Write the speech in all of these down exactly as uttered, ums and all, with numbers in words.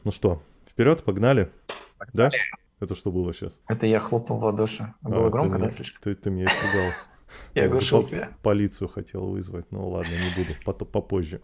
Ну что, вперед, погнали? Да? Погнали. Это что было сейчас? Это я хлопнул в ладоши. А было А, ты громко, да, меня, слишком? ты, ты меня испугал. Я Я даже оглушил по- тебя. полицию хотел вызвать. Ну ладно, не буду, пото- попозже.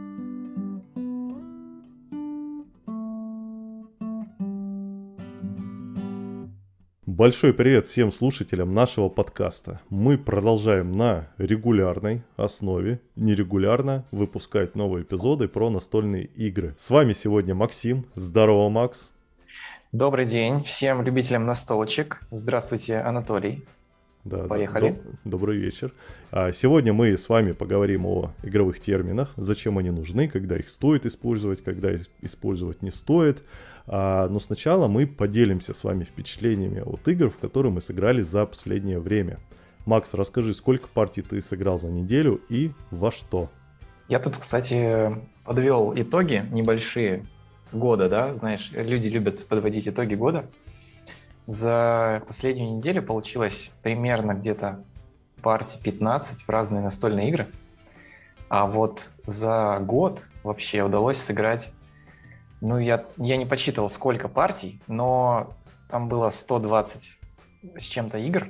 Большой привет всем слушателям нашего подкаста. Мы продолжаем на регулярной основе, нерегулярно выпускать новые эпизоды про настольные игры. С вами сегодня Максим. Здорово, Макс. Добрый день всем любителям настолочек. Здравствуйте, Анатолий. Да, да, до- Поехали. добрый вечер. А, Сегодня мы с вами поговорим о игровых терминах, зачем они нужны, когда их стоит использовать, когда их использовать не стоит. А, Но сначала мы поделимся с вами впечатлениями от игр, в которые мы сыграли за последнее время. Макс, расскажи, сколько партий ты сыграл за неделю и во что? Я тут, кстати, подвел итоги небольшие года, да, знаешь, люди любят подводить итоги года. За последнюю неделю получилось примерно где-то партий пятнадцать в разные настольные игры. А вот за год вообще удалось сыграть. Ну, я, я не подсчитывал, сколько партий, но там было сто двадцать с чем-то игр.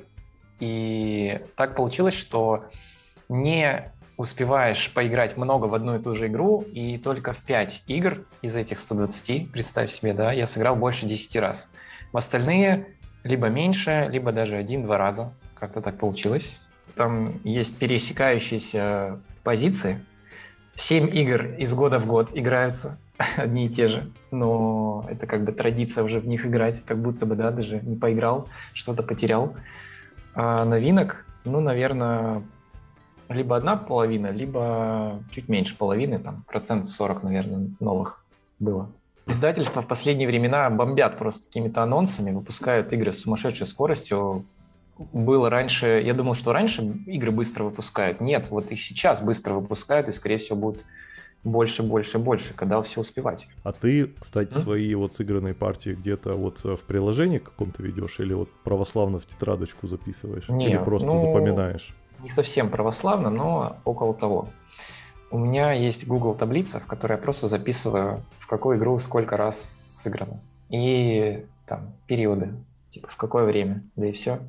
И так получилось, что не успеваешь поиграть много в одну и ту же игру, и только в пять игр из этих ста двадцати, представь себе, да, я сыграл больше десяти раз. В остальные либо меньше, либо даже один-два раза. Как-то так получилось. Там есть пересекающиеся позиции. Семь игр из года в год играются одни и те же, но это как бы традиция уже в них играть, как будто бы, да, даже не поиграл, что-то потерял. А новинок, ну, наверное, либо одна половина, либо чуть меньше половины, там, процент сорок, наверное, новых было. Издательства в последние времена бомбят просто какими-то анонсами, выпускают игры с сумасшедшей скоростью. Было раньше, я думал, что раньше игры быстро выпускают. Нет, вот их сейчас быстро выпускают, и, скорее всего, будут больше, больше, больше, когда все успевать. А ты, кстати, М? свои вот сыгранные партии где-то вот э, в приложении каком-то ведешь или вот православно в тетрадочку записываешь? Или Не, просто ну, запоминаешь? не совсем православно, но около того. У меня есть Google таблица, в которой я просто записываю, в какую игру сколько раз сыграно. И там периоды, типа в какое время, да и все.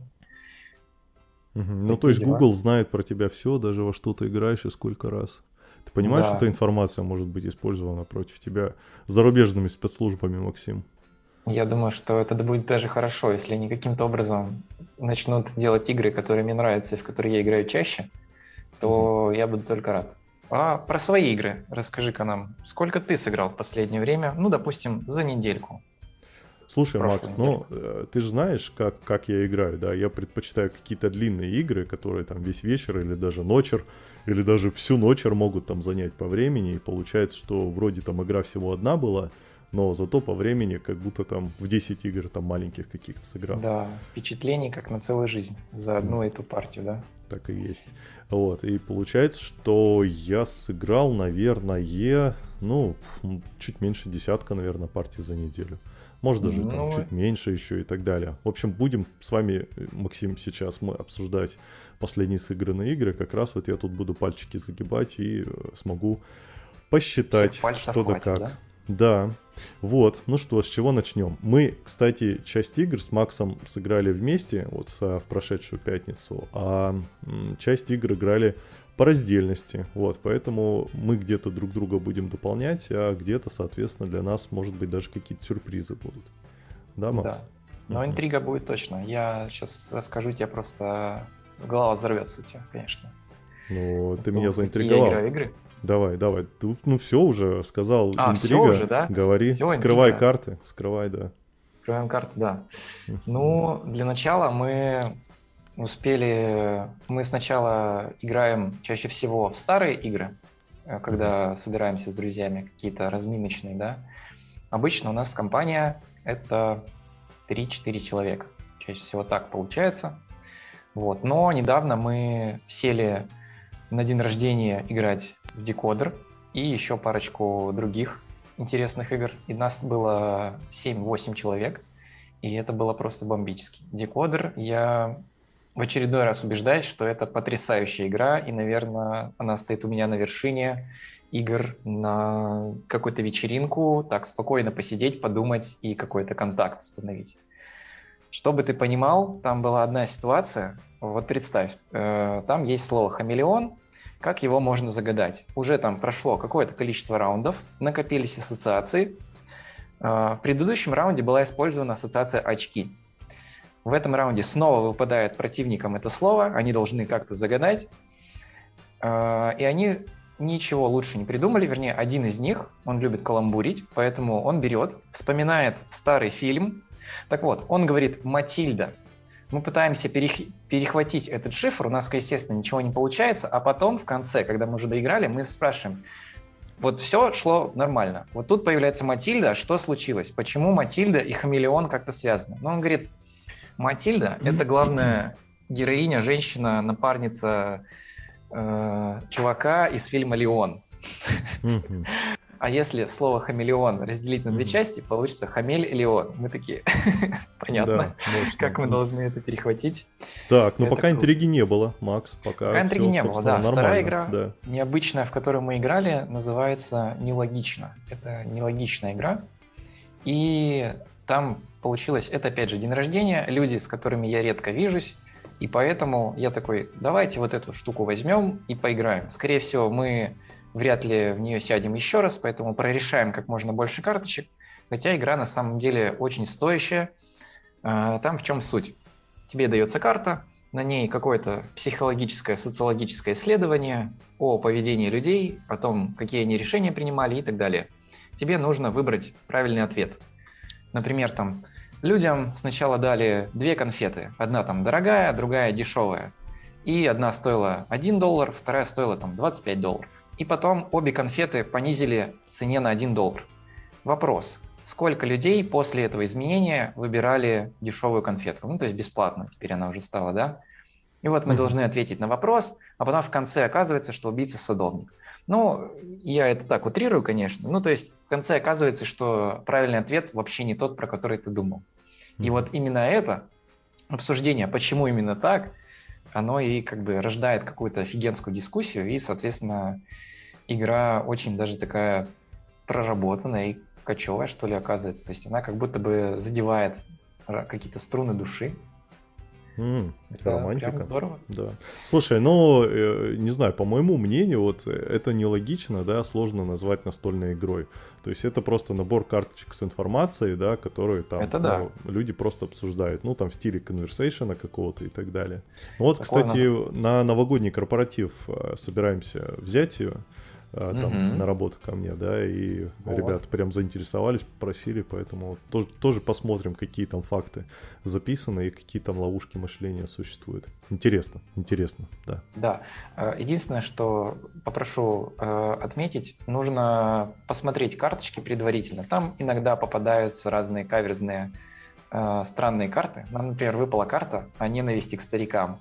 Мгм. Ну, то Такие есть дела. Google знает про тебя все, даже во что ты играешь и сколько раз. Ты понимаешь, что Да, эта информация может быть использована против тебя зарубежными спецслужбами, Максим? я думаю, что это будет даже хорошо, если они каким-то образом начнут делать игры, которые мне нравятся и в которые я играю чаще, Мгм. то я буду только рад. А про свои игры расскажи-ка нам. Сколько ты сыграл в последнее время? Ну, допустим, за недельку, Слушай, Макс, прошлую ну, недельку. э, ты же знаешь, как, как я играю, да? Я предпочитаю какие-то длинные игры, которые там весь вечер или даже ночер, или даже всю ночер могут там занять по времени, и получается, что вроде там игра всего одна была, но зато по времени как будто там в десять игр там маленьких каких-то сыграл. Да, впечатлений как на целую жизнь за одну эту партию, да? Так и есть. Вот, и получается, что я сыграл, наверное, ну, м, чуть меньше десятка, наверное, партий за неделю. Может, даже там Ну, чуть меньше еще и так далее. В общем, будем с вами, э, Максим, сейчас мы обсуждать последние сыгранные игры. Как раз вот я тут буду пальчики загибать и э, смогу всех посчитать, пальцев что да хватит, как. да? Да, вот, ну что, с чего начнем? Мы, кстати, часть игр с Максом сыграли вместе, вот а, в прошедшую пятницу, а м, часть игр играли по раздельности, вот, поэтому мы где-то друг друга будем дополнять, а где-то, соответственно, для нас, может быть, даже какие-то сюрпризы будут. Да, Макс? Да. Но Мгм. интрига будет точно. Я сейчас расскажу тебе просто... Голова взорвется у тебя, конечно. Ну, О ты меня том, в какие я заинтриговал. играю игры. Давай, давай. Ты, ну все уже сказал, А, все интрига, уже, да? говори, Все, вскрывай интрига. карты, вскрывай, да. Открываем карты, да. Мгм. Ну, для начала мы успели... Мы сначала играем чаще всего в старые игры, э, Мгм. когда собираемся с друзьями, какие-то разминочные, да. Обычно у нас компания — это три-четыре человека. Чаще всего так получается. Вот. Но недавно мы сели на день рождения играть в Декодер и еще парочку других интересных игр. И нас было семь-восемь человек, и это было просто бомбически. Декодер я в очередной раз убеждать, что это потрясающая игра, и, наверное, она стоит у меня на вершине игр на какую-то вечеринку, так спокойно посидеть, подумать и какой-то контакт установить. Чтобы ты понимал, там была одна ситуация, вот представь, э, там есть слово «хамелеон», как его можно загадать. Уже там прошло какое-то количество раундов, накопились ассоциации. Э, в предыдущем раунде была использована ассоциация «очки». В этом раунде снова выпадает противникам это слово, они должны как-то загадать, э, и они ничего лучше не придумали, вернее, один из них, он любит каламбурить, поэтому он берет, вспоминает старый фильм. Так вот, он говорит «Матильда». Мы пытаемся перех... перехватить этот шифр, у нас, естественно, ничего не получается, а потом в конце, когда мы уже доиграли, мы спрашиваем, вот все шло нормально, вот тут появляется Матильда, что случилось? Почему Матильда и хамелеон как-то связаны? Ну, он говорит, Матильда — это главная героиня, женщина, напарница э, чувака из фильма «Леон». А если слово «хамелеон» разделить на две части, получится «хамель-леон». Мы такие, понятно, как мы должны это перехватить. Так, но пока интриги не было, Макс. Пока интриги не было, да. Вторая игра, необычная, в которую мы играли, называется «Нелогично». Это нелогичная игра. И там получилось, это опять же день рождения, люди, с которыми я редко вижусь, и поэтому я такой, давайте вот эту штуку возьмем и поиграем. Скорее всего, мы вряд ли в нее сядем еще раз, поэтому прорешаем как можно больше карточек, хотя игра на самом деле очень стоящая. Там в чем суть? Тебе дается карта, на ней какое-то психологическое, социологическое исследование о поведении людей, о том, какие они решения принимали и так далее. Тебе нужно выбрать правильный ответ. Например, там людям сначала дали две конфеты. Одна там дорогая, другая дешевая. И одна стоила один доллар, вторая стоила там двадцать пять долларов. И потом обе конфеты понизили в цене на один доллар. Вопрос. Сколько людей после этого изменения выбирали дешевую конфетку? Ну, то есть бесплатно теперь она уже стала, да? И вот мы mm-hmm. должны ответить на вопрос, а потом в конце оказывается, что убийца садовник. Ну, я это так утрирую, конечно. Ну, то есть в конце оказывается, что правильный ответ вообще не тот, про который ты думал. Mm-hmm. И вот именно это обсуждение, почему именно так, оно и как бы рождает какую-то офигенскую дискуссию, и, соответственно, игра очень даже такая проработанная и кочевая, что ли, оказывается. То есть она как будто бы задевает какие-то струны души. Mm, это романтика. Прям здорово. Да. Слушай, ну, э, не знаю, по моему мнению, вот это нелогично, да, сложно назвать настольной игрой. То есть это просто набор карточек с информацией, да, которые там это да. ну, люди просто обсуждают, ну, там в стиле конверсейшена какого-то и так далее. Вот, такое кстати, нас... на новогодний корпоратив собираемся взять ее. Там mm-hmm. на работу ко мне, да, и вот. Ребята прям заинтересовались, попросили, поэтому вот тоже, тоже посмотрим, какие там факты записаны и какие там ловушки мышления существуют. Интересно, интересно, да. Да, единственное, что попрошу отметить, нужно посмотреть карточки предварительно. Там иногда попадаются разные каверзные странные карты. Нам, например, выпала карта о ненависти к старикам.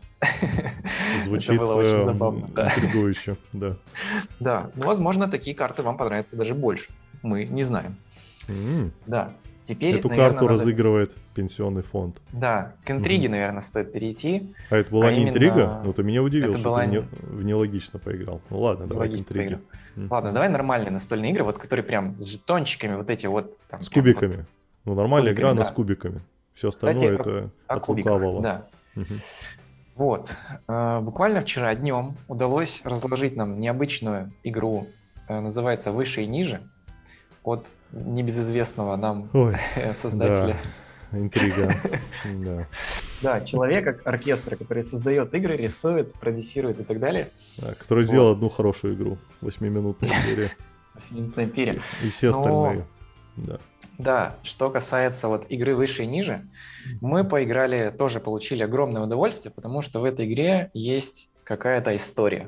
Звучит это было очень забавно. Интригующе, да. Да, ну, возможно, такие карты вам понравятся даже больше. Мы не знаем. Mm. Да. Теперь, Эту наверное, карту надо... разыгрывает пенсионный фонд. Да, к интриге, mm-hmm. наверное, стоит перейти. А это была а не именно... интрига? Ну, ты меня удивил, это что была... ты не... в нелогично поиграл. Ну ладно, давай к интриге. Mm-hmm. Ладно, давай нормальные настольные игры, вот которые прям с жетончиками, вот эти вот. Там, с кубиками. Вот... Ну, нормальная кубиками, игра, да. но с кубиками. Все остальное Кстати, это о, от о лукавого. Да. Угу. Вот. Буквально вчера днем удалось разложить нам необычную игру, называется «Выше и ниже», от небезызвестного нам Ой, создателя. Да. Интрига. Да. Да, человека, оркестра, который создает игры, рисует, продюсирует и так далее. Да, который сделал одну хорошую игру, восьмиминутная серия. Восьмиминутная серия. И все остальные. Да. Да, что касается вот игры «Выше и ниже», мы поиграли, тоже получили огромное удовольствие, потому что в этой игре есть какая-то история.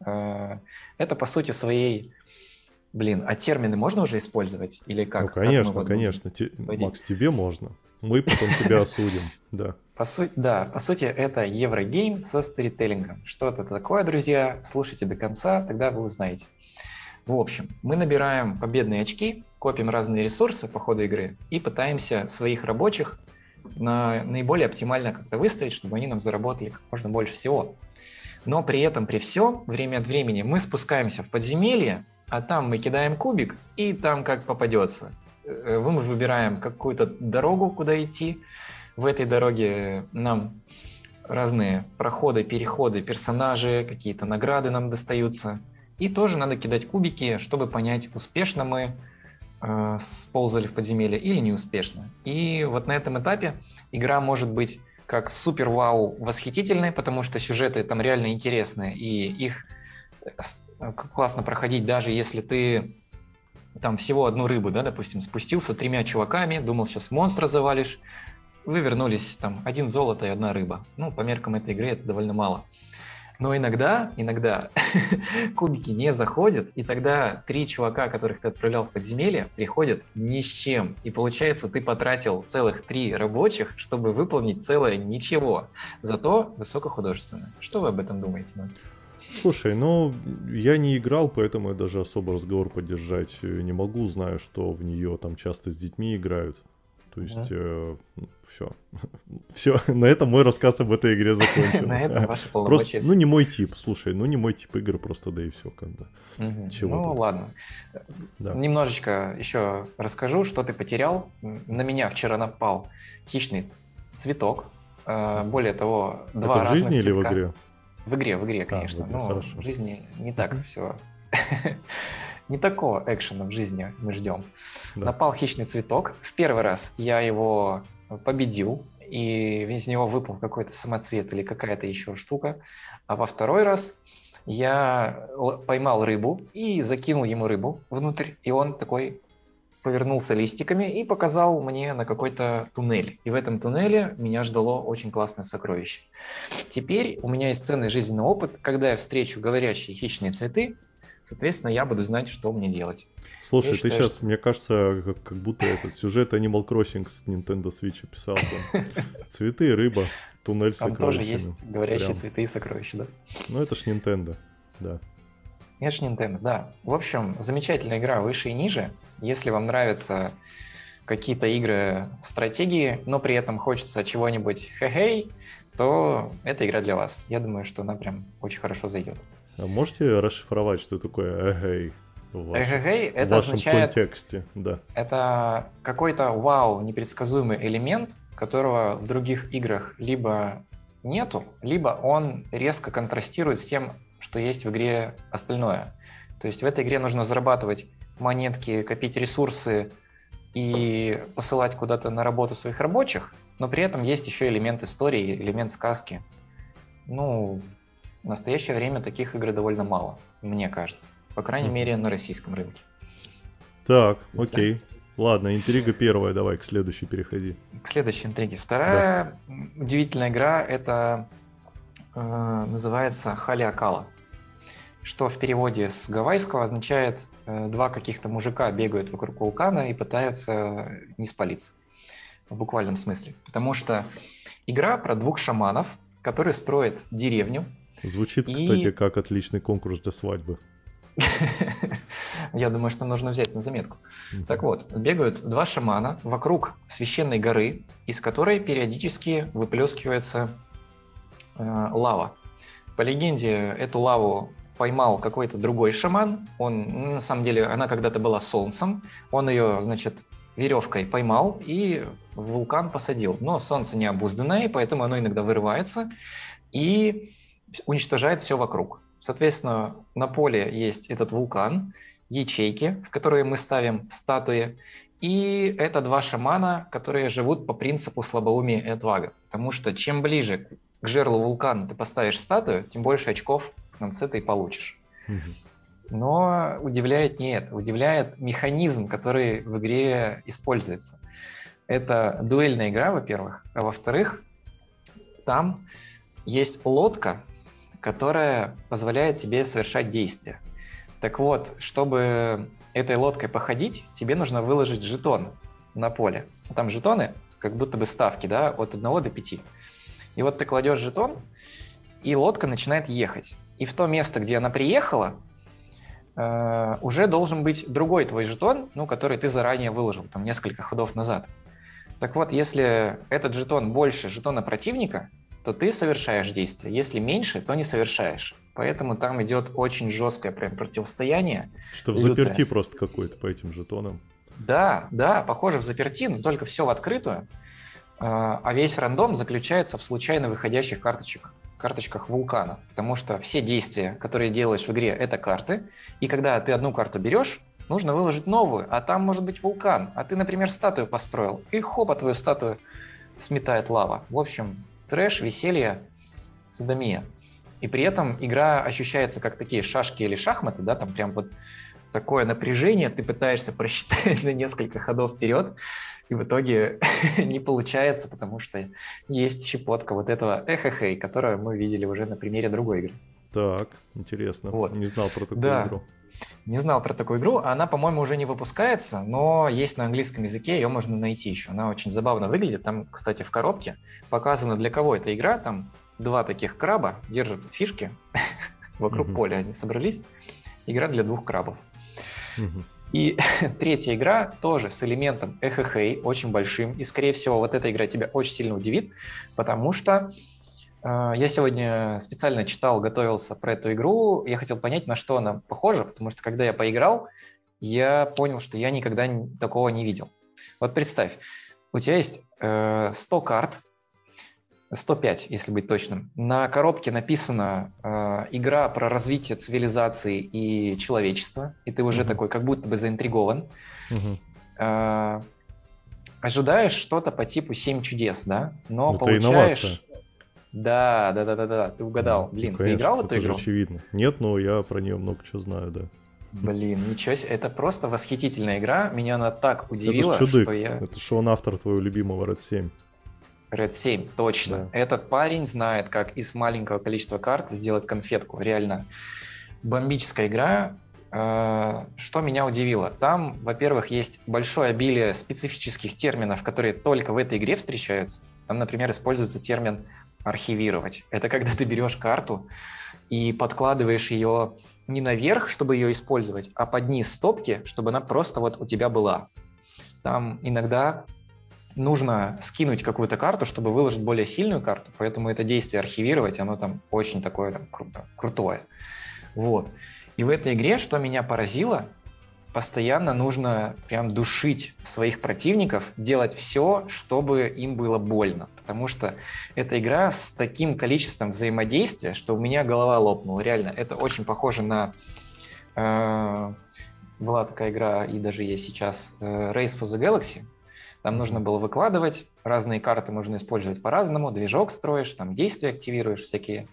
Это, по сути своей... Блин, а термины можно уже использовать? Или как? Ну, конечно, как конечно. Те... Макс, тебе можно. Мы потом тебя осудим. Да. По сути, да, по сути, это еврогейм со сторителлингом. Что это такое, друзья? Слушайте до конца, тогда вы узнаете. В общем, мы набираем победные очки, копим разные ресурсы по ходу игры и пытаемся своих рабочих на наиболее оптимально как-то выставить, чтобы они нам заработали как можно больше всего. Но при этом, при всем, время от времени мы спускаемся в подземелье, а там мы кидаем кубик, и там как попадется. Мы выбираем какую-то дорогу, куда идти. В этой дороге нам разные проходы, переходы, персонажи, какие-то награды нам достаются. И тоже надо кидать кубики, чтобы понять, успешно мы э, сползали в подземелье или неуспешно. И вот на этом этапе игра может быть как супер-вау восхитительной, потому что сюжеты там реально интересные, и их классно проходить, даже если ты там всего одну рыбу, да, допустим, спустился тремя чуваками, думал, сейчас монстра завалишь, вы вернулись, там, один золото и одна рыба. Ну, по меркам этой игры это довольно мало. Но иногда, иногда кубики не заходят, и тогда три чувака, которых ты отправлял в подземелье, приходят ни с чем. И получается, ты потратил целых три рабочих, чтобы выполнить целое ничего. Зато высокохудожественно. Что вы об этом думаете, Мак? Слушай, ну, я не играл, поэтому я даже особо разговор поддержать не могу. Знаю, что в нее там часто с детьми играют. То есть, э, все. Все, на этом мой рассказ об этой игре закончен. На этом ваши полномочия. Ну, не мой тип, слушай, ну, не мой тип игр просто, да и все, как бы. Ну, ладно. Немножечко еще расскажу, что ты потерял. На меня вчера напал хищный цветок. Более того, два разных цветка. Это в жизни или в игре? В игре, в игре, конечно. Но в жизни не так все. Не такого экшена в жизни мы ждем. Да. Напал хищный цветок. В первый раз я его победил, и из него выпал какой-то самоцвет или какая-то еще штука. А во второй раз я поймал рыбу и закинул ему рыбу внутрь, и он такой повернулся листиками и показал мне на какой-то туннель. И в этом туннеле меня ждало очень классное сокровище. Теперь у меня есть ценный жизненный опыт, когда я встречу говорящие хищные цветы, соответственно, я буду знать, что мне делать. Слушай, я ты считаю, сейчас, что... мне кажется, как, как будто этот сюжет Animal Crossing с Nintendo Switch писал. Там. Цветы, рыба, туннель с сокровищами. Там тоже есть говорящие Прям. Цветы и сокровища, да? Ну, это ж Nintendo, да. Это ж Nintendo, да. В общем, замечательная игра выше и ниже. Если вам нравятся какие-то игры стратегии, но при этом хочется чего-нибудь хе-хей, то эта игра для вас. Я думаю, что она прям очень хорошо зайдет. А можете расшифровать, что такое эгэй в вашем, эгэй, это в вашем означает, контексте? Да. Это какой-то вау, непредсказуемый элемент, которого в других играх либо нету, либо он резко контрастирует с тем, что есть в игре остальное. То есть в этой игре нужно зарабатывать монетки, копить ресурсы и посылать куда-то на работу своих рабочих, но при этом есть еще элемент истории, элемент сказки. Ну, в настоящее время таких игр довольно мало, мне кажется. По крайней mm-hmm. мере, на российском рынке. Так, окей. Okay. Ладно, интрига первая, давай к следующей переходи. К следующей интриге. Вторая да. удивительная игра, это э, называется Халиакала, что в переводе с гавайского означает э, два каких-то мужика бегают вокруг вулкана и пытаются не спалиться. В буквальном смысле. Потому что игра про двух шаманов, которые строят деревню. Звучит, и... кстати, как отличный конкурс для свадьбы. Я думаю, что нужно взять на заметку. Mm-hmm. Так вот, бегают два шамана вокруг священной горы, из которой периодически выплескивается э, лава. По легенде, эту лаву поймал какой-то другой шаман. Он, на самом деле, она когда-то была солнцем. Он ее, значит, веревкой поймал и в вулкан посадил. Но солнце необузданное, поэтому оно иногда вырывается и уничтожает все вокруг. Соответственно, на поле есть этот вулкан, ячейки, в которые мы ставим статуи, и это два шамана, которые живут по принципу слабоумия и отвага. Потому что чем ближе к жерлу вулкана ты поставишь статую, тем больше очков в конце ты получишь. Угу. Но удивляет не это, удивляет механизм, который в игре используется. Это дуэльная игра, во-первых, а во-вторых, там есть лодка, которая позволяет тебе совершать действия. Так вот, чтобы этой лодкой походить, тебе нужно выложить жетон на поле. Там жетоны, как будто бы ставки, да, от одного до пяти. И вот ты кладешь жетон, и лодка начинает ехать. И в то место, где она приехала, э, уже должен быть другой твой жетон, ну, который ты заранее выложил, там, несколько ходов назад. Так вот, если этот жетон больше жетона противника, то ты совершаешь действие. Если меньше, то не совершаешь. Поэтому там идет очень жесткое прям противостояние. Что в лютое. заперти просто какой-то по этим жетонам. Да, да, похоже в заперти, но только все в открытую. А весь рандом заключается в случайно выходящих карточек, карточках вулкана. Потому что все действия, которые делаешь в игре, это карты. И когда ты одну карту берешь, нужно выложить новую, а там может быть вулкан. А ты, например, статую построил, и хопа, твою статую сметает лава. В общем, трэш, веселье, садомия. И при этом игра ощущается как такие шашки или шахматы, да, там прям вот такое напряжение, ты пытаешься просчитать на несколько ходов вперед, и в итоге не получается, потому что есть щепотка вот этого эхо-хей, которую мы видели уже на примере другой игры. Так, интересно. Вот. Не знал про такую да. игру. Не знал про такую игру. Она, по-моему, уже не выпускается, но есть на английском языке, ее можно найти еще. Она очень забавно выглядит. Там, кстати, в коробке показано, для кого эта игра. Там два таких краба держат фишки вокруг поля. Они собрались. Игра для двух крабов. И третья игра тоже с элементом эхо-хей, очень большим. И, скорее всего, вот эта игра тебя очень сильно удивит, потому что э, я сегодня специально читал, готовился про эту игру. Я хотел понять, на что она похожа, потому что когда я поиграл, я понял, что я никогда такого не видел. Вот представь, у тебя есть э, сто карт, сто пять, если быть точным. На коробке написано э, игра про развитие цивилизации и человечества, и ты уже uh-huh. такой как будто бы заинтригован. Uh-huh. Э, ожидаешь что-то по типу «Семь чудес», да? Но это получаешь... Инновация. Да, да, да, да, да, ты угадал. Ну, Блин, конечно, ты играл в эту игру? Очевидно. Нет, но я про нее много чего знаю, да. Блин, ничего себе, это просто восхитительная игра. Меня она так удивила, это чудык. Что я... Это же он автор твоего любимого Ред семь. Ред семь, точно. Да. Этот парень знает, как из маленького количества карт сделать конфетку. Реально бомбическая игра. Что меня удивило? Там, во-первых, есть большое обилие специфических терминов, которые только в этой игре встречаются. Там, например, используется термин «архивировать». Это когда ты берешь карту и подкладываешь ее не наверх, чтобы ее использовать, а под низ стопки, чтобы она просто вот у тебя была. Там иногда нужно скинуть какую-то карту, чтобы выложить более сильную карту, поэтому это действие архивировать, оно там очень такое там, круто, крутое. Вот. И в этой игре, что меня поразило, постоянно нужно прям душить своих противников, делать все, чтобы им было больно, потому что эта игра с таким количеством взаимодействия, что у меня голова лопнула, реально. Это очень похоже на... Э, была такая игра, и даже есть сейчас, э, Race for the Galaxy. Там нужно было выкладывать, разные карты можно использовать по-разному, движок строишь, там действия активируешь всякие,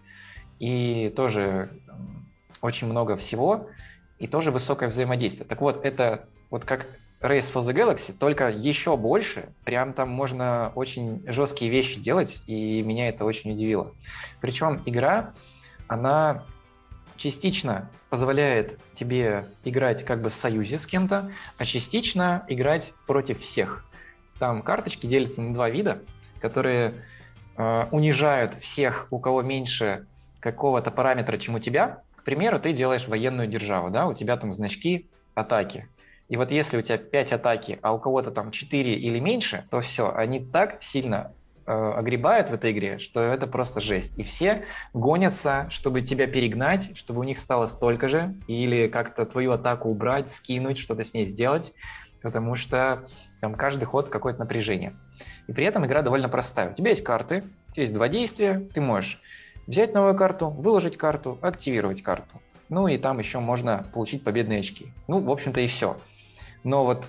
и тоже очень много всего, и тоже высокое взаимодействие. Так вот, это вот как Race for the Galaxy, только еще больше, прям там можно очень жесткие вещи делать, и меня это очень удивило. Причем игра, она частично позволяет тебе играть как бы в союзе с кем-то, а частично играть против всех. Там карточки делятся на два вида, которые э, унижают всех, у кого меньше какого-то параметра, чем у тебя. К примеру, ты делаешь военную державу, да, у тебя там значки атаки. И вот если у тебя пять атаки, а у кого-то там четыре или меньше, то все, они так сильно э, огребают в этой игре, что это просто жесть. И все гонятся, чтобы тебя перегнать, чтобы у них стало столько же, или как-то твою атаку убрать, скинуть, что-то с ней сделать. Потому что там каждый ход какое-то напряжение. И при этом игра довольно простая. У тебя есть карты, у тебя есть два действия, ты можешь взять новую карту, выложить карту, активировать карту. Ну и там еще можно получить победные очки. Ну, в общем-то и все. Но вот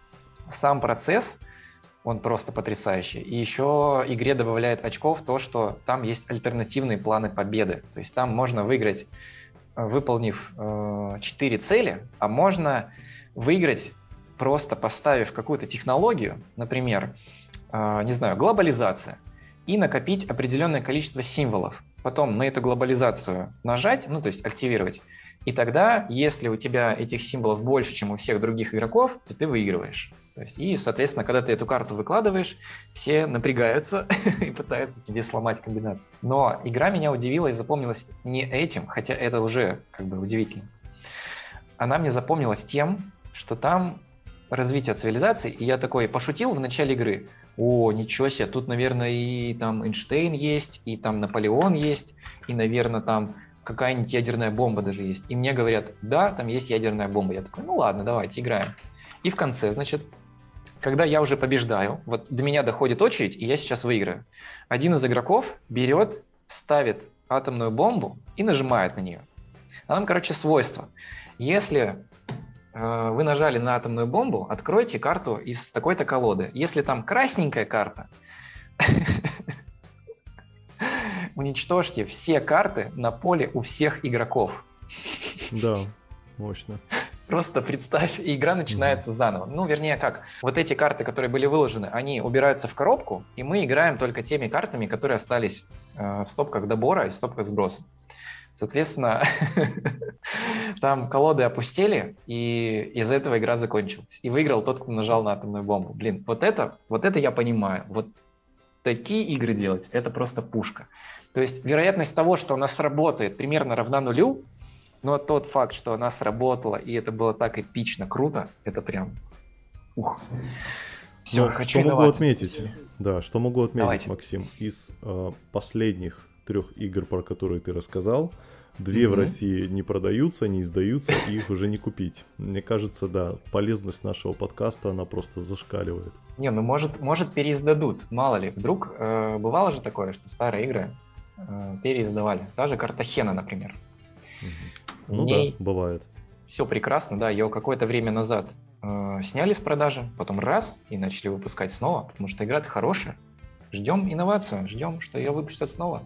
сам процесс, он просто потрясающий. И еще игре добавляет очков то, что там есть альтернативные планы победы. То есть там можно выиграть, выполнив э, четыре цели, а можно выиграть, просто поставив какую-то технологию, например, э, не знаю, глобализация, и накопить определенное количество символов. Потом на эту глобализацию нажать, ну то есть активировать, и тогда, если у тебя этих символов больше, чем у всех других игроков, то ты выигрываешь. То есть, и, соответственно, когда ты эту карту выкладываешь, все напрягаются и пытаются тебе сломать комбинацию. Но игра меня удивила и запомнилась не этим, хотя это уже как бы удивительно. Она мне запомнилась тем, что там развития цивилизации, и я такой пошутил в начале игры. О, ничего себе, тут, наверное, и там Эйнштейн есть, и там Наполеон есть, и, наверное, там какая-нибудь ядерная бомба даже есть. И мне говорят, да, там есть ядерная бомба. Я такой, ну ладно, давайте играем. И в конце, значит, когда я уже побеждаю, вот до меня доходит очередь, и я сейчас выиграю. Один из игроков берет, ставит атомную бомбу и нажимает на нее. А там, короче, свойство. Если э, вы нажали на атомную бомбу, откройте карту из такой-то колоды. Если там красненькая карта, уничтожьте все карты на поле у всех игроков. Да, мощно. Просто представь, и игра начинается mm-hmm. заново. Ну, вернее, как, вот эти карты, которые были выложены, они убираются в коробку, и мы играем только теми картами, которые остались э, в стопках добора и в стопках сброса. Соответственно, там колоды опустели, и из-за этого игра закончилась. И выиграл тот, кто нажал на атомную бомбу. Блин, вот это, вот это я понимаю. Вот такие игры делать, это просто пушка. То есть вероятность того, что она сработает, примерно равна нулю, но тот факт, что она сработала, и это было так эпично, круто, это прям... Ух. Все, ну, хочу что могу отметить, теперь. да, что могу отметить, Давайте. Максим, из э, последних трех игр, про которые ты рассказал, две mm-hmm. в России не продаются, не издаются, и их уже не купить. Мне кажется, да, полезность нашего подкаста, она просто зашкаливает. Не, ну может, может переиздадут, мало ли. Вдруг э, бывало же такое, что старые игры э, переиздавали. Та же Картахена, например. Mm-hmm. Ну да, бывает. Все прекрасно, да, ее какое-то время назад э, сняли с продажи, потом раз, и начали выпускать снова, потому что игра-то хорошая. Ждем инновацию, ждем, что ее выпустят снова.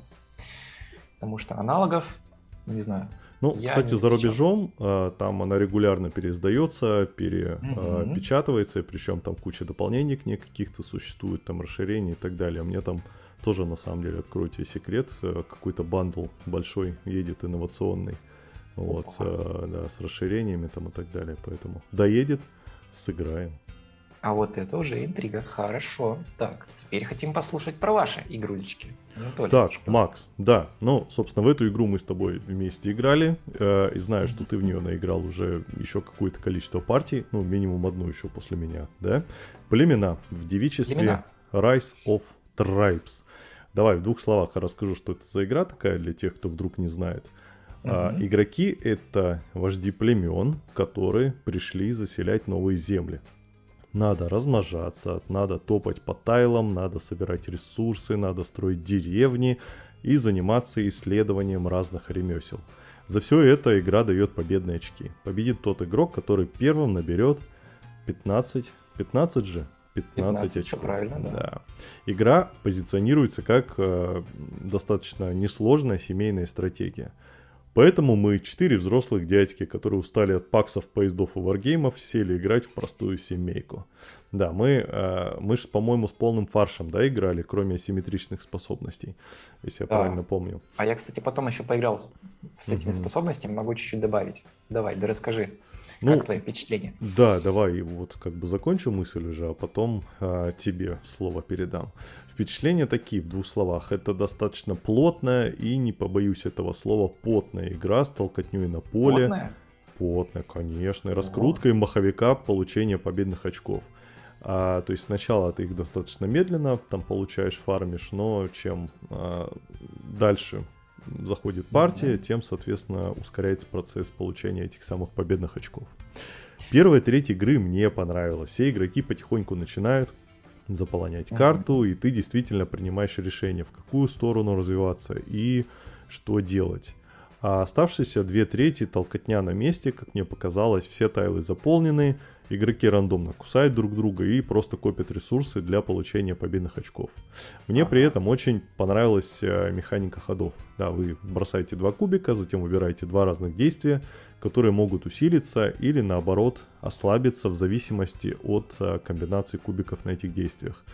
Потому что аналогов, не знаю. Ну, кстати, за рубежом э, там она регулярно переиздается, перепечатывается, mm-hmm. причем там куча дополнений к ней каких-то существует, там расширений и так далее. Мне там тоже, на самом деле, откройте секрет, какой-то бандл большой едет инновационный. Вот, э, да, с расширениями там и так далее. Поэтому доедет, сыграем. А вот это уже интрига. Хорошо. Так, теперь хотим послушать про ваши игрулечки. Анатолий, так, Макс, да. Ну, собственно, в эту игру мы с тобой вместе играли. Э, и знаю, что ты в нее наиграл уже еще какое-то количество партий. Ну, минимум одну еще после меня, да? Племена в девичестве Племена. Rise of Tribes. Давай в двух словах расскажу, что это за игра такая для тех, кто вдруг не знает. Uh-huh. А, игроки — это вожди племен, которые пришли заселять новые земли. Надо размножаться, надо топать по тайлам, надо собирать ресурсы, надо строить деревни и заниматься исследованием разных ремесел. За все это игра дает победные очки. Победит тот игрок, который первым наберет пятнадцать, пятнадцать же? пятнадцать, пятнадцать очков. Правильно, да. Да. Игра позиционируется как э, достаточно несложная семейная стратегия. Поэтому мы, четыре взрослых дядьки, которые устали от паксов, поездов и варгеймов, сели играть в простую семейку. Да, мы, э, мы же, по-моему, с полным фаршем, да, играли, кроме асимметричных способностей, если я да. правильно помню. А я, кстати, потом еще поиграл с, с этими угу. способностями, могу чуть-чуть добавить. Давай, да расскажи. Ну, как твои впечатления? Да, давай вот как бы закончу мысль уже, а потом а, тебе слово передам. Впечатления такие в двух словах. Это достаточно плотная и, не побоюсь этого слова, потная игра с толкотней на поле. Потная? Потная, конечно. И раскруткой маховика получения победных очков. А, то есть сначала ты их достаточно медленно там получаешь, фармишь, но чем а, дальше заходит партия, mm-hmm. тем, соответственно, ускоряется процесс получения этих самых победных очков. Первая треть игры мне понравилась. Все игроки потихоньку начинают заполнять mm-hmm. карту, и ты действительно принимаешь решение, в какую сторону развиваться и что делать. А оставшиеся две трети толкотня на месте, как мне показалось, все тайлы заполнены, игроки рандомно кусают друг друга и просто копят ресурсы для получения победных очков. Мне ага. при этом очень понравилась механика ходов. Да, вы бросаете два кубика, затем выбираете два разных действия, которые могут усилиться или наоборот ослабиться в зависимости от комбинации кубиков на этих действиях.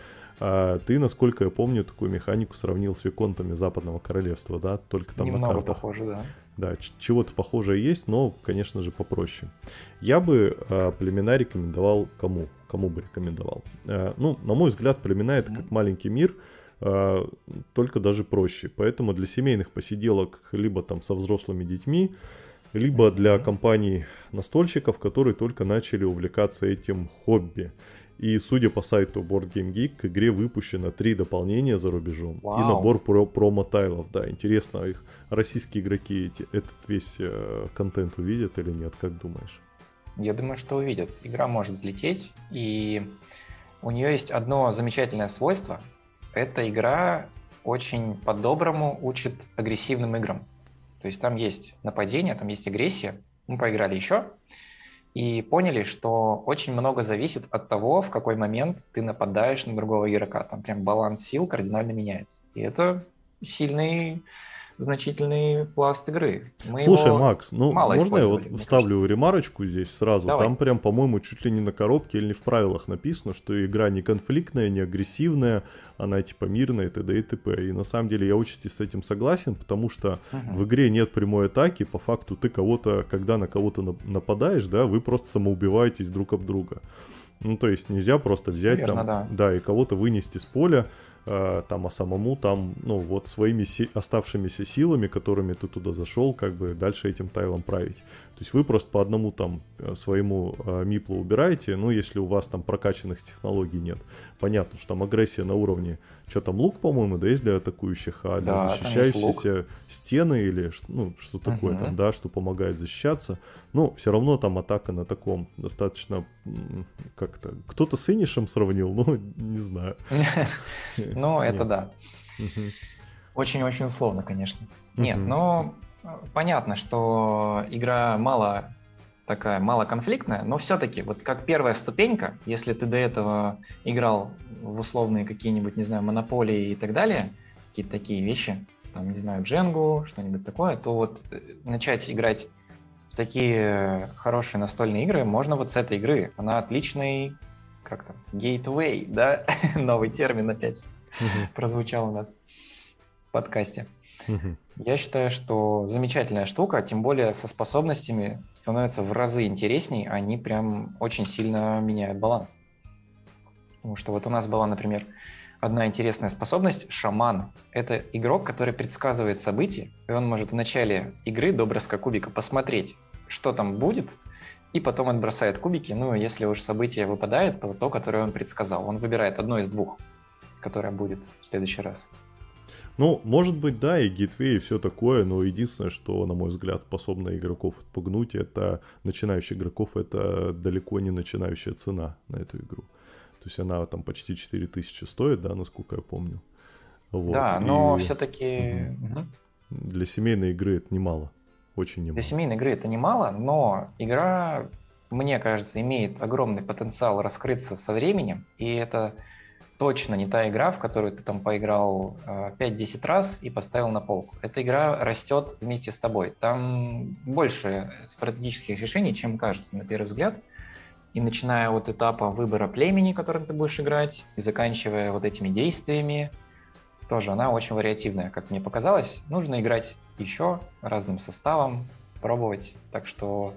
Ты, насколько я помню, такую механику сравнил с виконтами Западного Королевства, да? Только там немного на картах. Похоже, да. Да, чего-то похожее есть, но, конечно же, попроще. Я бы э, племена рекомендовал кому? Кому бы рекомендовал? Э, ну, на мой взгляд, племена — это как маленький мир, э, только даже проще. Поэтому для семейных посиделок, либо там со взрослыми детьми, либо для компаний-настольщиков, которые только начали увлекаться этим хобби. И судя по сайту Board Game Geek, к игре выпущено три дополнения за рубежом. Вау. И набор про промо-тайлов. Да, интересно, их российские игроки эти, этот весь э, контент увидят или нет, как думаешь? Я думаю, что увидят. Игра может взлететь, и у нее есть одно замечательное свойство. Эта игра очень по-доброму учит агрессивным играм. То есть там есть нападение, там есть агрессия. Мы поиграли еще и поняли, что очень много зависит от того, в какой момент ты нападаешь на другого игрока. Там прям баланс сил кардинально меняется. И это сильный, значительный пласт игры. Мы Слушай, его Макс, ну мало можно я вот использовали, мне вставлю кажется. ремарочку здесь сразу? Давай. Там прям, по-моему, чуть ли не на коробке или не в правилах написано, что игра не конфликтная, не агрессивная, она типа мирная и т.д. и т.п. И на самом деле я очень с этим согласен, потому что Мгм. в игре нет прямой атаки, по факту ты кого-то, когда на кого-то нап- нападаешь, да, вы просто самоубиваетесь друг об друга. Ну, то есть нельзя просто взять Наверно, там, да. и кого-то вынести с поля, э, там, а самому там, ну, вот своими си- оставшимися силами, которыми ты туда зашел, как бы дальше этим тайлом править. То есть вы просто по одному там э, своему э, миплу убираете, ну, если у вас там прокачанных технологий нет. Понятно, что там агрессия на уровне, что там, лук, по-моему, да, есть для атакующих, а для Да, там есть защищающихся стены или, ш- ну, что такое Мгм. там, да, что помогает защищаться. Ну, все равно там атака на таком достаточно, м, как-то, кто-то с инишем сравнил, ну, не знаю. Ну, это Нет. да. Мгм. Очень-очень условно, конечно. Нет, Мгм. ну, э, понятно, что игра мало такая, малоконфликтная, но все-таки, вот как первая ступенька, если ты до этого играл в условные какие-нибудь, не знаю, монополии и так далее, какие-то такие вещи, там, не знаю, Дженгу, что-нибудь такое, то вот э, начать играть в такие хорошие настольные игры можно вот с этой игры. Она отличный, как там, гейтвей, да? Новый термин опять Мгм. прозвучал у нас в подкасте. Мгм. Я считаю, что замечательная штука, тем более со способностями становится в разы интересней, они прям очень сильно меняют баланс. Потому что вот у нас была, например, одна интересная способность — шаман. Это игрок, который предсказывает события, и он может в начале игры до броска кубика посмотреть, что там будет, и потом он бросает кубики. Ну, если уж событие выпадает, то то, которое он предсказал. Он выбирает одно из двух, которое будет в следующий раз. Ну, может быть, да, и гитвей, и все такое, но единственное, что, на мой взгляд, способно игроков отпугнуть, это начинающих игроков, это далеко не начинающая цена на эту игру. То есть она там почти четыре тысячи стоит, да, насколько я помню. Вот. Да, но И все-таки мгм. для семейной игры это немало, очень для немало. семейной игры это немало, но игра, мне кажется, имеет огромный потенциал раскрыться со временем, и это точно не та игра, в которую ты там поиграл э, пять-десять раз и поставил на полку. Эта игра растет вместе с тобой. Там больше стратегических решений, чем кажется на первый взгляд. И начиная от этапа выбора племени, которым ты будешь играть, и заканчивая вот этими действиями, тоже она очень вариативная, как мне показалось. Нужно играть еще разным составом, пробовать. Так что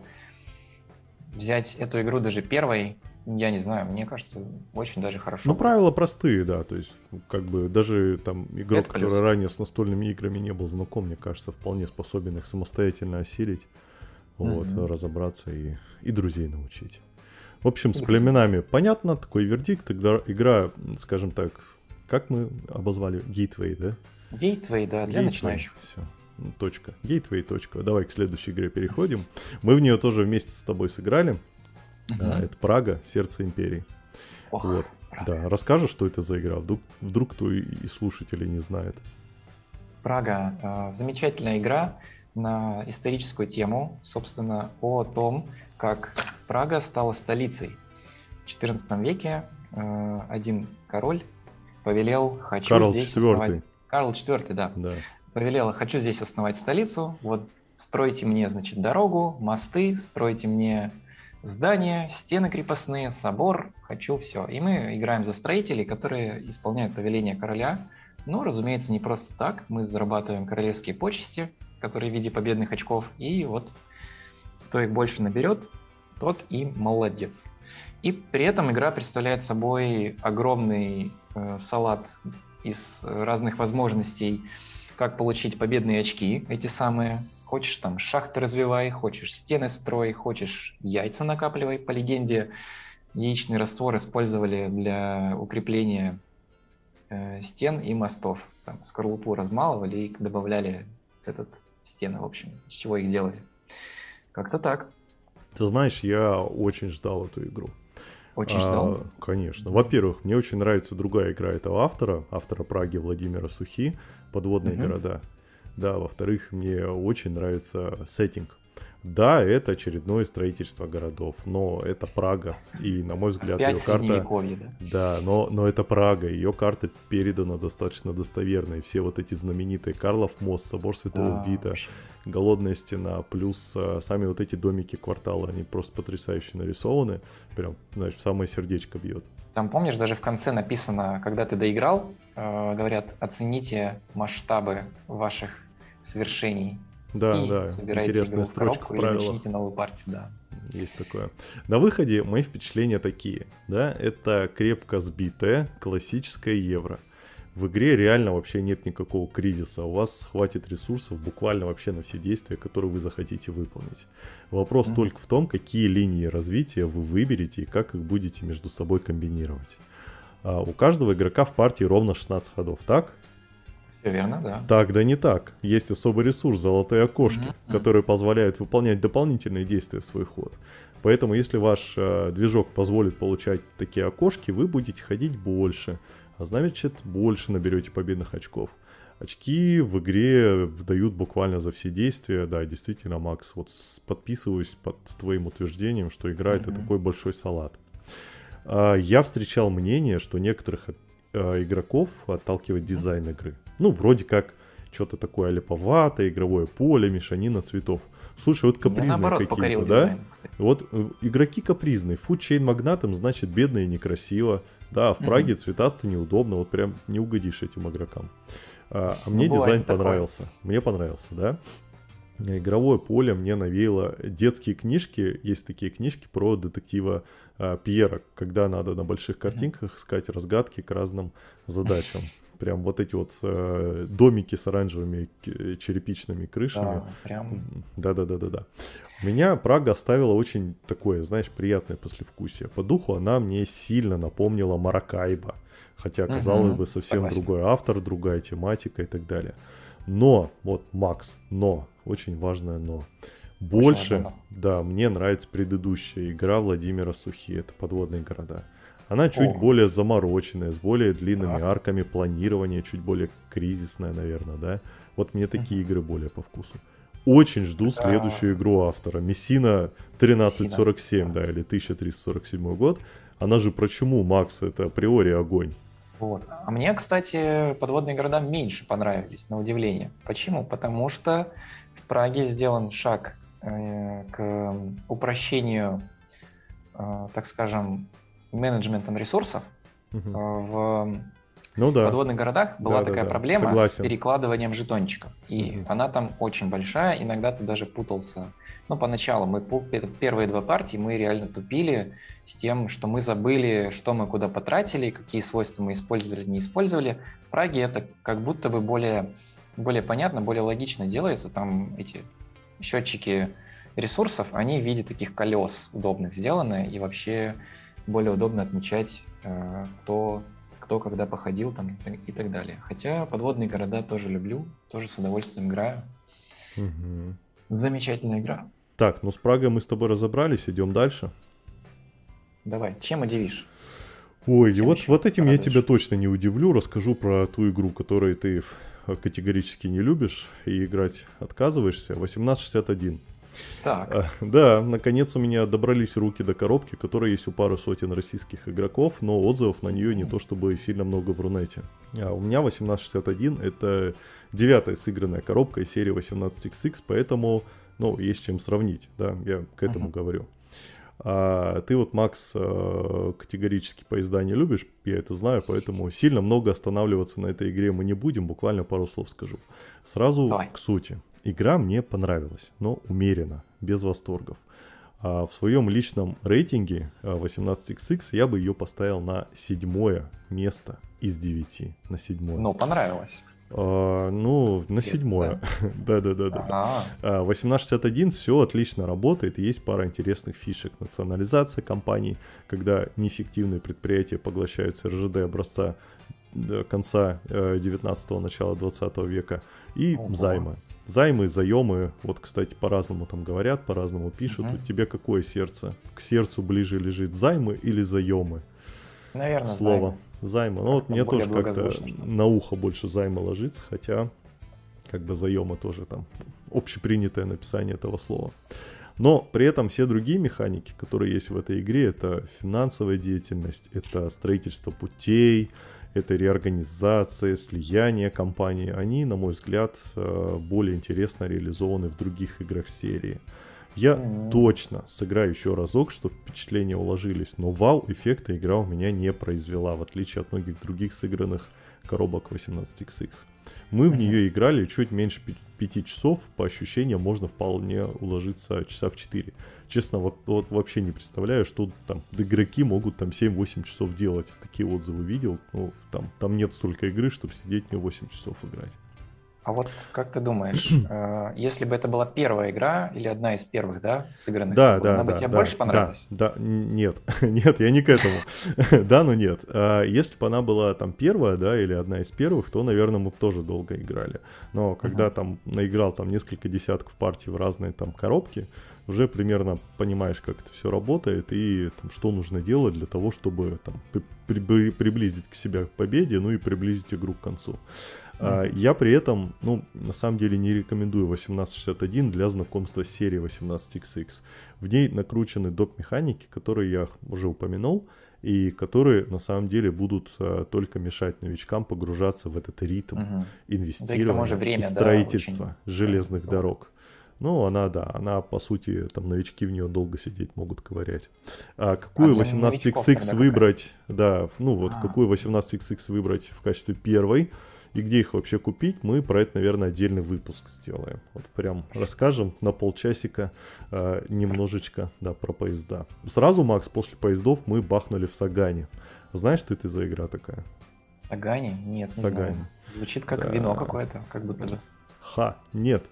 взять эту игру даже первой, я не знаю, мне кажется, очень даже хорошо. Ну, будет. правила простые, да, то есть, как бы, даже там игрок, Это плюс. который ранее с настольными играми не был знаком, мне кажется, вполне способен их самостоятельно осилить, вот, Мгм. разобраться и, и друзей научить. В общем, с И племенами понятно, такой вердикт, тогда игра, скажем так, как мы обозвали, Gateway, да? Гейтвей, да, для начинающих. Все, точка, Gateway, точка. Давай к следующей игре переходим. Мы в нее тоже вместе с тобой сыграли. Мгм. А, Это Прага, Сердце Империи. Ох, Вот. Прага. Да, расскажешь, что это за игра? Вдруг, вдруг кто и, и слушатели не знает. Прага, э, замечательная игра на историческую тему, собственно, о том, как Прага стала столицей. В четырнадцатом веке э, один король повелел: хочу Карл здесь четвёртый. основать... Карл четвёртый, да. Да. Повелел: хочу здесь основать столицу, вот стройте мне, значит, дорогу, мосты, стройте мне здания, стены крепостные, собор, хочу все. И мы играем за строителей, которые исполняют повеление короля. Но, разумеется, не просто так. Мы зарабатываем королевские почести, которые в виде победных очков. И вот кто их больше наберет, тот и молодец. И при этом игра представляет собой огромный э, салат из разных возможностей, как получить победные очки, эти самые, Хочешь там шахты развивай, хочешь стены строй, хочешь яйца накапливай. По легенде, яичный раствор использовали для укрепления э, стен и мостов. Там скорлупу размалывали и добавляли этот, в стены, в общем, из чего их делали. Как-то так. Ты знаешь, я очень ждал эту игру. Очень ждал? А, конечно. Во-первых, мне очень нравится другая игра этого автора, автора Праги Владимира Сухи, «Подводные Мгм. города». Да, во-вторых, мне очень нравится сеттинг. Да, это очередное строительство городов, но это Прага, и, на мой взгляд, Опять ее карта... средневековье, да? Да, но, но это Прага, ее карта передана достаточно достоверно, и все вот эти знаменитые Карлов мост, собор Святого Да, Вита, вообще. Голодная стена, плюс а, сами вот эти домики квартала, они просто потрясающе нарисованы, прям, знаешь, в самое сердечко бьет. Там, помнишь, даже в конце написано, когда ты доиграл, э, говорят, оцените масштабы ваших свершений Да, и да, собирайте интересная игру в строчка коробку в или правилах. начните новую партию, да. Есть такое. На выходе мои впечатления такие, да, это крепко сбитая классическая евро. В игре реально вообще нет никакого кризиса, у вас хватит ресурсов буквально вообще на все действия, которые вы захотите выполнить. Вопрос Мгм. только в том, какие линии развития вы выберете и как их будете между собой комбинировать. А у каждого игрока в партии ровно шестнадцать ходов, так? Все верно, да. Так, да не так. Есть особый ресурс, золотые окошки, Мгм. которые позволяют выполнять дополнительные действия в свой ход. Поэтому, если ваш э, движок позволит получать такие окошки, вы будете ходить больше, а значит, больше наберете победных очков. Очки в игре дают буквально за все действия. Да, действительно, Макс, вот с- подписываюсь под твоим утверждением, что игра это Мгм. такой большой салат. А, Я встречал мнение, что некоторых э, игроков отталкивает дизайн игры. Ну, вроде как что-то такое липоватое, игровое поле, мешанина цветов. Слушай, вот Меня капризные наоборот покорил какие-то, да? дизайн, кстати. Вот э, игроки капризные. Фудчейн магнатом значит бедно и некрасиво. Да, в Праге Мгм. цветасто неудобно, вот прям не угодишь этим игрокам. А, а Ну, мне бывает дизайн и такое. понравился. Мне понравился, да? Игровое поле мне навеяло детские книжки. Есть такие книжки про детектива а, Пьера, когда надо на больших картинках искать разгадки к разным задачам. Прям вот эти вот э, домики с оранжевыми к- черепичными крышами. Да, прям. Да-да-да-да-да. Меня Прага оставила очень такое, знаешь, приятное послевкусие. По духу она мне сильно напомнила Маракайбо. Хотя, казалось Мгм. бы, совсем Согласен. другой автор, другая тематика и так далее. Но, вот, Макс, но, очень важное но. Больше, важное да, мне нравится предыдущая игра Владимира Сухи, это «Подводные города». Она чуть О. более замороченная, с более длинными Так. арками планирования, чуть более кризисная, наверное, да. Вот мне такие игры более по вкусу. Очень жду Это- следующую игру автора. Мессина тринадцать сорок семь, Мессина, да, или тысяча триста сорок седьмой год. Она же про чуму, Макс, это априори огонь. Вот. А мне, кстати, подводные города меньше понравились, на удивление. Почему? Потому что в Праге сделан шаг э, к упрощению, э, так скажем, менеджментом ресурсов. Мгм. Э, В Ну да. подводных городах была Да, да, такая да. проблема Согласен. с перекладыванием жетончиков. И Мгм. она там очень большая, иногда ты даже путался. Ну, поначалу мы пу- пе- первые два партии мы реально тупили с тем, что мы забыли, что мы куда потратили, какие свойства мы использовали, не использовали. В Праге это как будто бы более, более понятно, более логично делается. Там эти счетчики ресурсов, они в виде таких колес удобных сделаны, и вообще более удобно отмечать, э, кто кто когда походил там и так далее. Хотя подводные города тоже люблю, тоже с удовольствием играю. Мгм. Замечательная игра. Так, ну с Прагой мы с тобой разобрались, идем дальше. Давай, чем удивишь? Ой, и Чем вот, еще вот этим я порадуешь? тебя точно не удивлю. Расскажу про ту игру, которую ты ф- категорически не любишь и играть отказываешься. восемнадцать шестьдесят один. Так, А, Да, наконец у меня добрались руки до коробки, которая есть у пары сотен российских игроков, но отзывов на нее не то чтобы сильно много в Рунете. А у меня восемнадцать шестьдесят один это девятая сыгранная коробка из серии восемнадцать икс икс, поэтому, ну, есть чем сравнить, да, я к этому Мгм. говорю. А ты вот, Макс, э, категорически поезда не любишь, я это знаю, поэтому сильно много останавливаться на этой игре мы не будем, буквально пару слов скажу. Сразу Давай. к сути. Игра мне понравилась, но умеренно, без восторгов. А в своем личном рейтинге а, восемнадцать икс икс я бы ее поставил на седьмое место из девяти. На седьмое. ну, понравилось. А, ну, на Где-то, седьмое. Да-да-да-да. Ага. восемнадцать шестьдесят один все отлично работает, и есть пара интересных фишек. Национализация компаний, когда неэффективные предприятия поглощаются эр жэ дэ образца до конца э, девятнадцатого, начала двадцатого века, и Ого. займы. Займы, заемы, вот, кстати, по-разному там говорят, по-разному пишут. Мгм. У тебя какое сердце? К сердцу ближе лежит займы или заемы? Наверное, Слово. займы. Займы. Ну вот Как-то мне более тоже как-то благозвучно, что ли. на ухо больше займа ложится, хотя как бы заема тоже там общепринятое написание этого слова. Но при этом все другие механики, которые есть в этой игре, это финансовая деятельность, это строительство путей, это реорганизация, слияние компаний, они, на мой взгляд, э, более интересно реализованы в других играх серии. Я Мгм. точно сыграю еще разок, чтобы впечатления уложились, но вау-эффекта игра у меня не произвела, в отличие от многих других сыгранных коробок восемнадцать икс икс. Мы в Мгм. нее играли чуть меньше пи- пяти часов, по ощущениям можно вполне уложиться часа в четыре. Честно, вот, вот вообще не представляю, что там игроки могут там семь-восемь часов делать. Такие отзывы видел, ну, там, там нет столько игры, чтобы сидеть в нее восемь часов играть. А вот как ты думаешь, э, если бы это была первая игра или одна из первых, да, сыгранных Да, тобой, да, она бы да, тебе да, больше да, понравилась? да, н- нет, нет, я не к этому. Да, но нет. А если бы она была там первая, да, или одна из первых, то, наверное, мы бы тоже долго играли. Но когда Мгм. там наиграл там несколько десятков партий в разные там коробки, уже примерно понимаешь, как это все работает и там, что нужно делать для того, чтобы там при- при- приблизить к себе к победе, ну и приблизить игру к концу. А, Мгм. Я при этом, ну, на самом деле не рекомендую восемнадцать шестьдесят один для знакомства с серией восемнадцать икс икс. В ней накручены доп. Механики, которые я уже упомянул, и которые на самом деле будут а, только мешать новичкам погружаться в этот ритм Мгм. Да и к тому же инвестирования и время, да, строительства очень железных дорого. дорог. Ну, она, да, она, по сути, там новички в нее долго сидеть могут ковырять. А А какую для восемнадцать икс новичков икс тогда какая? выбрать, да, ну вот, А, какую восемнадцать икс икс выбрать в качестве первой, и где их вообще купить, мы про это, наверное, отдельный выпуск сделаем. Вот прям расскажем на полчасика э, немножечко, да, про поезда. Сразу, Макс, после поездов мы бахнули в Сагане. Знаешь, что это за игра такая? Сагани? Нет, не Сагани. знаю. Звучит как Да. вино какое-то, как будто бы. Ха, нет.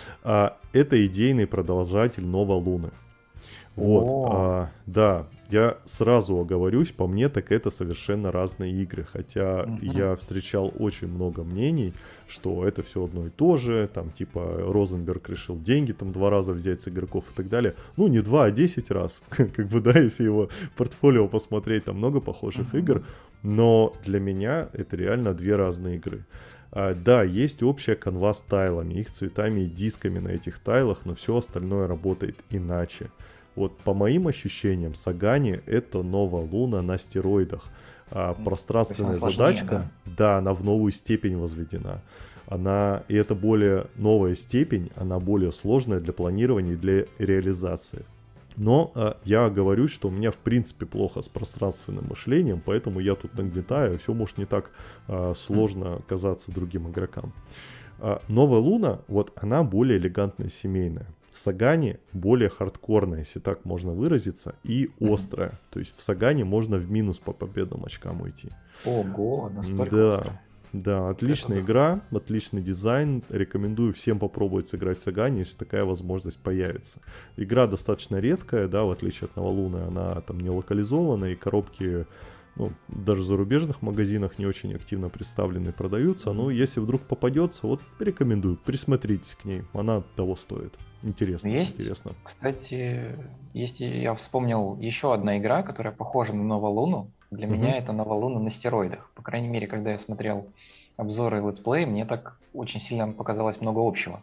А, это идейный продолжатель Нова Луны. Вот, О, а, да, я сразу оговорюсь, по мне так это совершенно разные игры, хотя мгм. я встречал очень много мнений, что это все одно и то же, там типа Розенберг решил деньги там два раза взять с игроков и так далее, ну не два, а десять раз, как бы, да, если его портфолио посмотреть, там много похожих Мгм. игр, но для меня это реально две разные игры. А, да, есть общая канва с тайлами, их цветами и дисками на этих тайлах, но все остальное работает иначе. Вот по моим ощущениям, Сагани это Нова Луна на стероидах. А М, пространственная то есть она сложнее, задачка, да, она в новую степень возведена. Она, и это более новая степень, она более сложная для планирования и для реализации. Но а, я говорю, что у меня в принципе плохо с пространственным мышлением, поэтому я тут нагнетаю, все может не так а, сложно казаться другим игрокам. А, Новая Луна, вот она более элегантная, семейная. Сагани более хардкорная, если так можно выразиться, и Мгм. острая. То есть в Сагане можно в минус по победным очкам уйти. Ого, настолько Да, остро. да, отличная Это игра, отличный дизайн. Рекомендую всем попробовать сыграть в Сагане, если такая возможность появится. Игра достаточно редкая, да, в отличие от Новолуны, она там не локализована, и коробки, ну, даже в зарубежных магазинах не очень активно представлены и продаются. Но если вдруг попадется, вот рекомендую, присмотритесь к ней, она того стоит. Интересно, есть, интересно. кстати, есть, и я вспомнил еще одна игра, которая похожа на Новолуну. Для Мгм. меня это Новолуна на стероидах. По крайней мере, когда я смотрел обзоры и летсплеи, мне так очень сильно показалось много общего.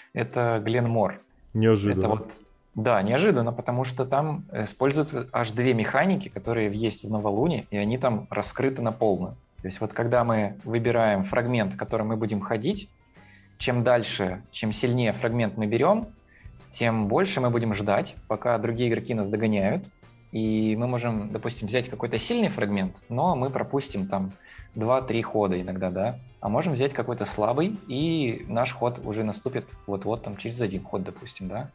Это Гленмор. Это Неожиданно. вот, да, неожиданно, потому что там используются аж две механики, которые есть в Новолуне, и они там раскрыты на полную. То есть вот когда мы выбираем фрагмент, которым мы будем ходить, чем дальше, чем сильнее фрагмент мы берем, тем больше мы будем ждать, пока другие игроки нас догоняют. И мы можем, допустим, взять какой-то сильный фрагмент, но мы пропустим там два-три хода иногда, да. А можем взять какой-то слабый, и наш ход уже наступит вот-вот там через один ход, допустим, да.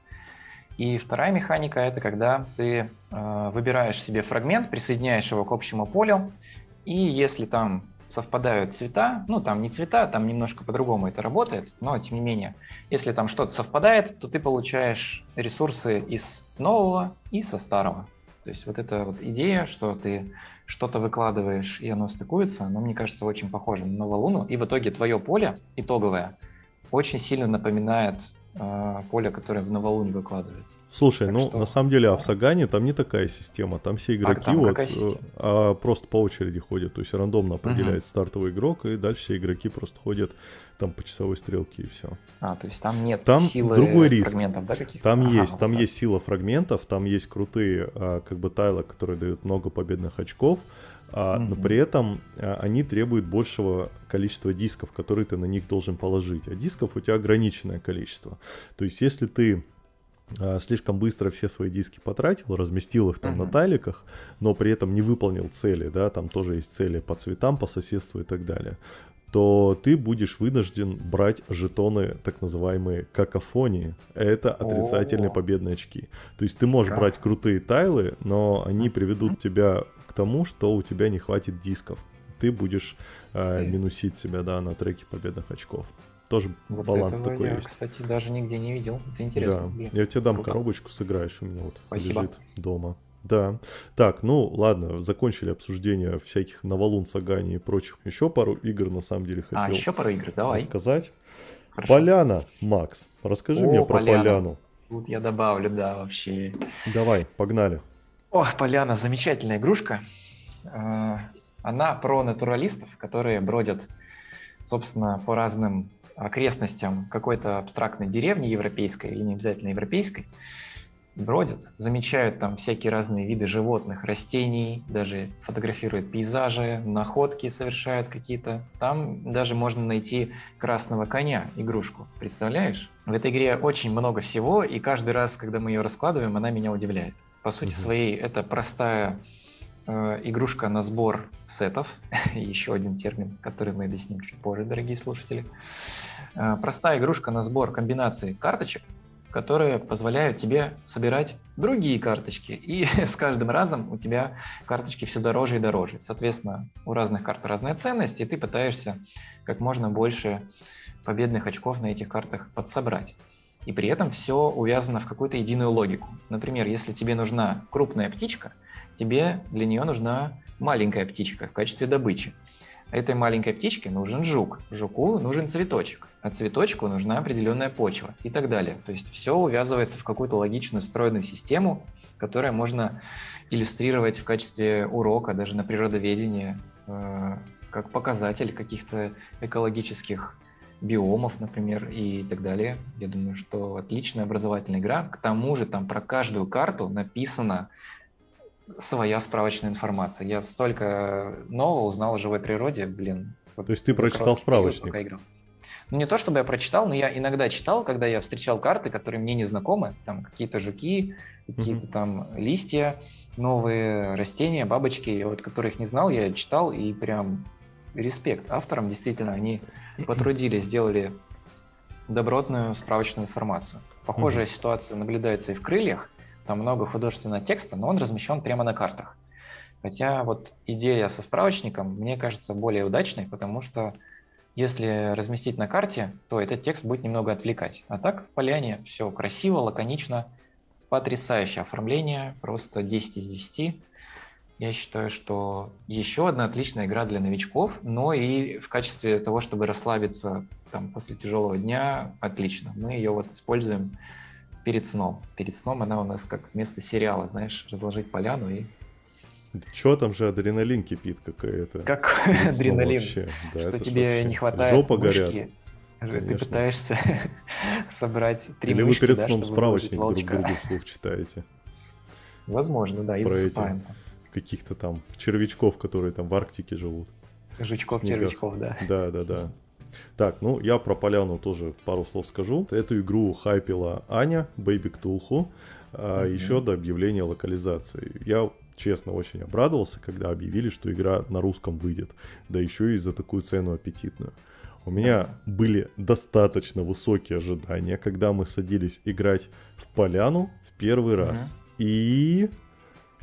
И вторая механика – это когда ты э, выбираешь себе фрагмент, присоединяешь его к общему полю, и если там совпадают цвета, ну там не цвета, там немножко по-другому это работает, но тем не менее, если там что-то совпадает, то ты получаешь ресурсы из нового и со старого. То есть вот эта вот идея, что ты что-то выкладываешь и оно стыкуется, оно, мне кажется, очень похоже на новолуну, и в итоге твое поле итоговое очень сильно напоминает э, поле, которое в новолуние выкладывается. Слушай, Так ну что, на самом деле, а в да. Сагане там не такая система, там все А игроки там вот какая э, система? а, просто по очереди ходят, то есть рандомно Мгм. определяется стартовый игрок, и дальше все игроки просто ходят там по часовой стрелке и все. А, то есть там нет Там силы другой риск. фрагментов, да, каких-то? Там Ага, есть, вот там так. есть сила фрагментов, там есть крутые а, как бы тайлы, которые дают много победных очков, а, но Мгм. при этом а, они требуют большего количества дисков, которые ты на них должен положить. А дисков у тебя ограниченное количество. То есть если ты а, слишком быстро все свои диски потратил, разместил их там на Мгм. тайликах, но при этом не выполнил цели, да, там тоже есть цели по цветам, по соседству и так далее, то ты будешь вынужден брать жетоны, так называемые какофонии. Это отрицательные О, победные очки. То есть ты можешь как? брать крутые тайлы, но они Мгм. приведут тебя к тому, что у тебя не хватит дисков. Ты будешь э, Э, минусить себя, да, на треке победных очков. Тоже Вот баланс этого такой я, есть. кстати, даже нигде не видел. Это Да, интересно, блин. я тебе дам Круто. коробочку, сыграешь, у меня вот Спасибо. лежит дома. Да. Так, ну ладно, закончили обсуждение всяких Новолун, Сагани и прочих. Еще пару игр на самом деле А, хотел еще пару игр, давай. рассказать. Хорошо. Поляна, Макс, расскажи мне О, про Поляна. Поляну. Тут я добавлю, да, вообще. Давай, погнали. О, Поляна, замечательная игрушка. Э, Она про натуралистов, которые бродят, собственно, по разным окрестностям какой-то абстрактной деревни европейской, или не обязательно европейской, бродят, замечают там всякие разные виды животных, растений, даже фотографируют пейзажи, находки совершают какие-то. Там даже можно найти красного коня, игрушку. Представляешь? В этой игре очень много всего, и каждый раз, когда мы ее раскладываем, она меня удивляет. По сути Мгм. своей, это простая э, игрушка на сбор сетов. Еще один термин, который мы объясним чуть позже, дорогие слушатели. Э, простая игрушка на сбор комбинаций карточек, которые позволяют тебе собирать другие карточки. И с каждым разом у тебя карточки все дороже и дороже. Соответственно, у разных карт разная ценность, и ты пытаешься как можно больше победных очков на этих картах подсобрать. И при этом все увязано в какую-то единую логику. Например, если тебе нужна крупная птичка, тебе для нее нужна маленькая птичка в качестве добычи. Этой маленькой птичке нужен жук, жуку нужен цветочек, а цветочку нужна определенная почва и так далее. То есть все увязывается в какую-то логичную стройную систему, которую можно иллюстрировать в качестве урока даже на природоведении, э, как показатель каких-то экологических биомов, например, и так далее. Я думаю, что отличная образовательная игра. К тому же там про каждую карту написано своя справочная информация. Я столько нового узнал о живой природе, блин. Вот То есть ты за прочитал короткий период, справочник? пока играл. Ну, не то, чтобы я прочитал, но я иногда читал, когда я встречал карты, которые мне не знакомы. Там какие-то жуки, какие-то Мгм. там листья, новые растения, бабочки, я вот которых не знал, я читал, и прям респект авторам. Действительно, они потрудились, сделали добротную справочную информацию. Похожая Мгм. ситуация наблюдается и в «Крыльях». Там много художественного текста, но он размещен прямо на картах. Хотя вот идея со справочником мне кажется более удачной, потому что если разместить на карте, то этот текст будет немного отвлекать. А так в Поляне все красиво, лаконично, потрясающее оформление, просто десять из десяти. Я считаю, что еще одна отличная игра для новичков, но и в качестве того, чтобы расслабиться там, после тяжелого дня, отлично. Мы ее вот используем перед сном. Перед сном она у нас как вместо сериала, знаешь, разложить поляну и Чё там же адреналин кипит какая-то? как Перед сном адреналин, вообще. Да, что это ж тебе вообще. не хватает Жопа горят, мышки, ты конечно. пытаешься собрать три Или вы мышки, перед да, сном чтобы выложить справочник друг волчка. другу вслух читаете? Возможно, да, и Про эти засыпаем. каких-то там червячков, которые там в Арктике живут. В Жучков, снегах. червячков, да. Да, да, да. Так, ну я про Поляну тоже пару слов скажу. Эту игру хайпила Аня, Baby Ктулху, а, Мгм. еще до объявления локализации. Я, честно, очень обрадовался, когда объявили, что игра на русском выйдет. Да еще и за такую цену аппетитную. У меня были достаточно высокие ожидания, когда мы садились играть в Поляну в первый раз. И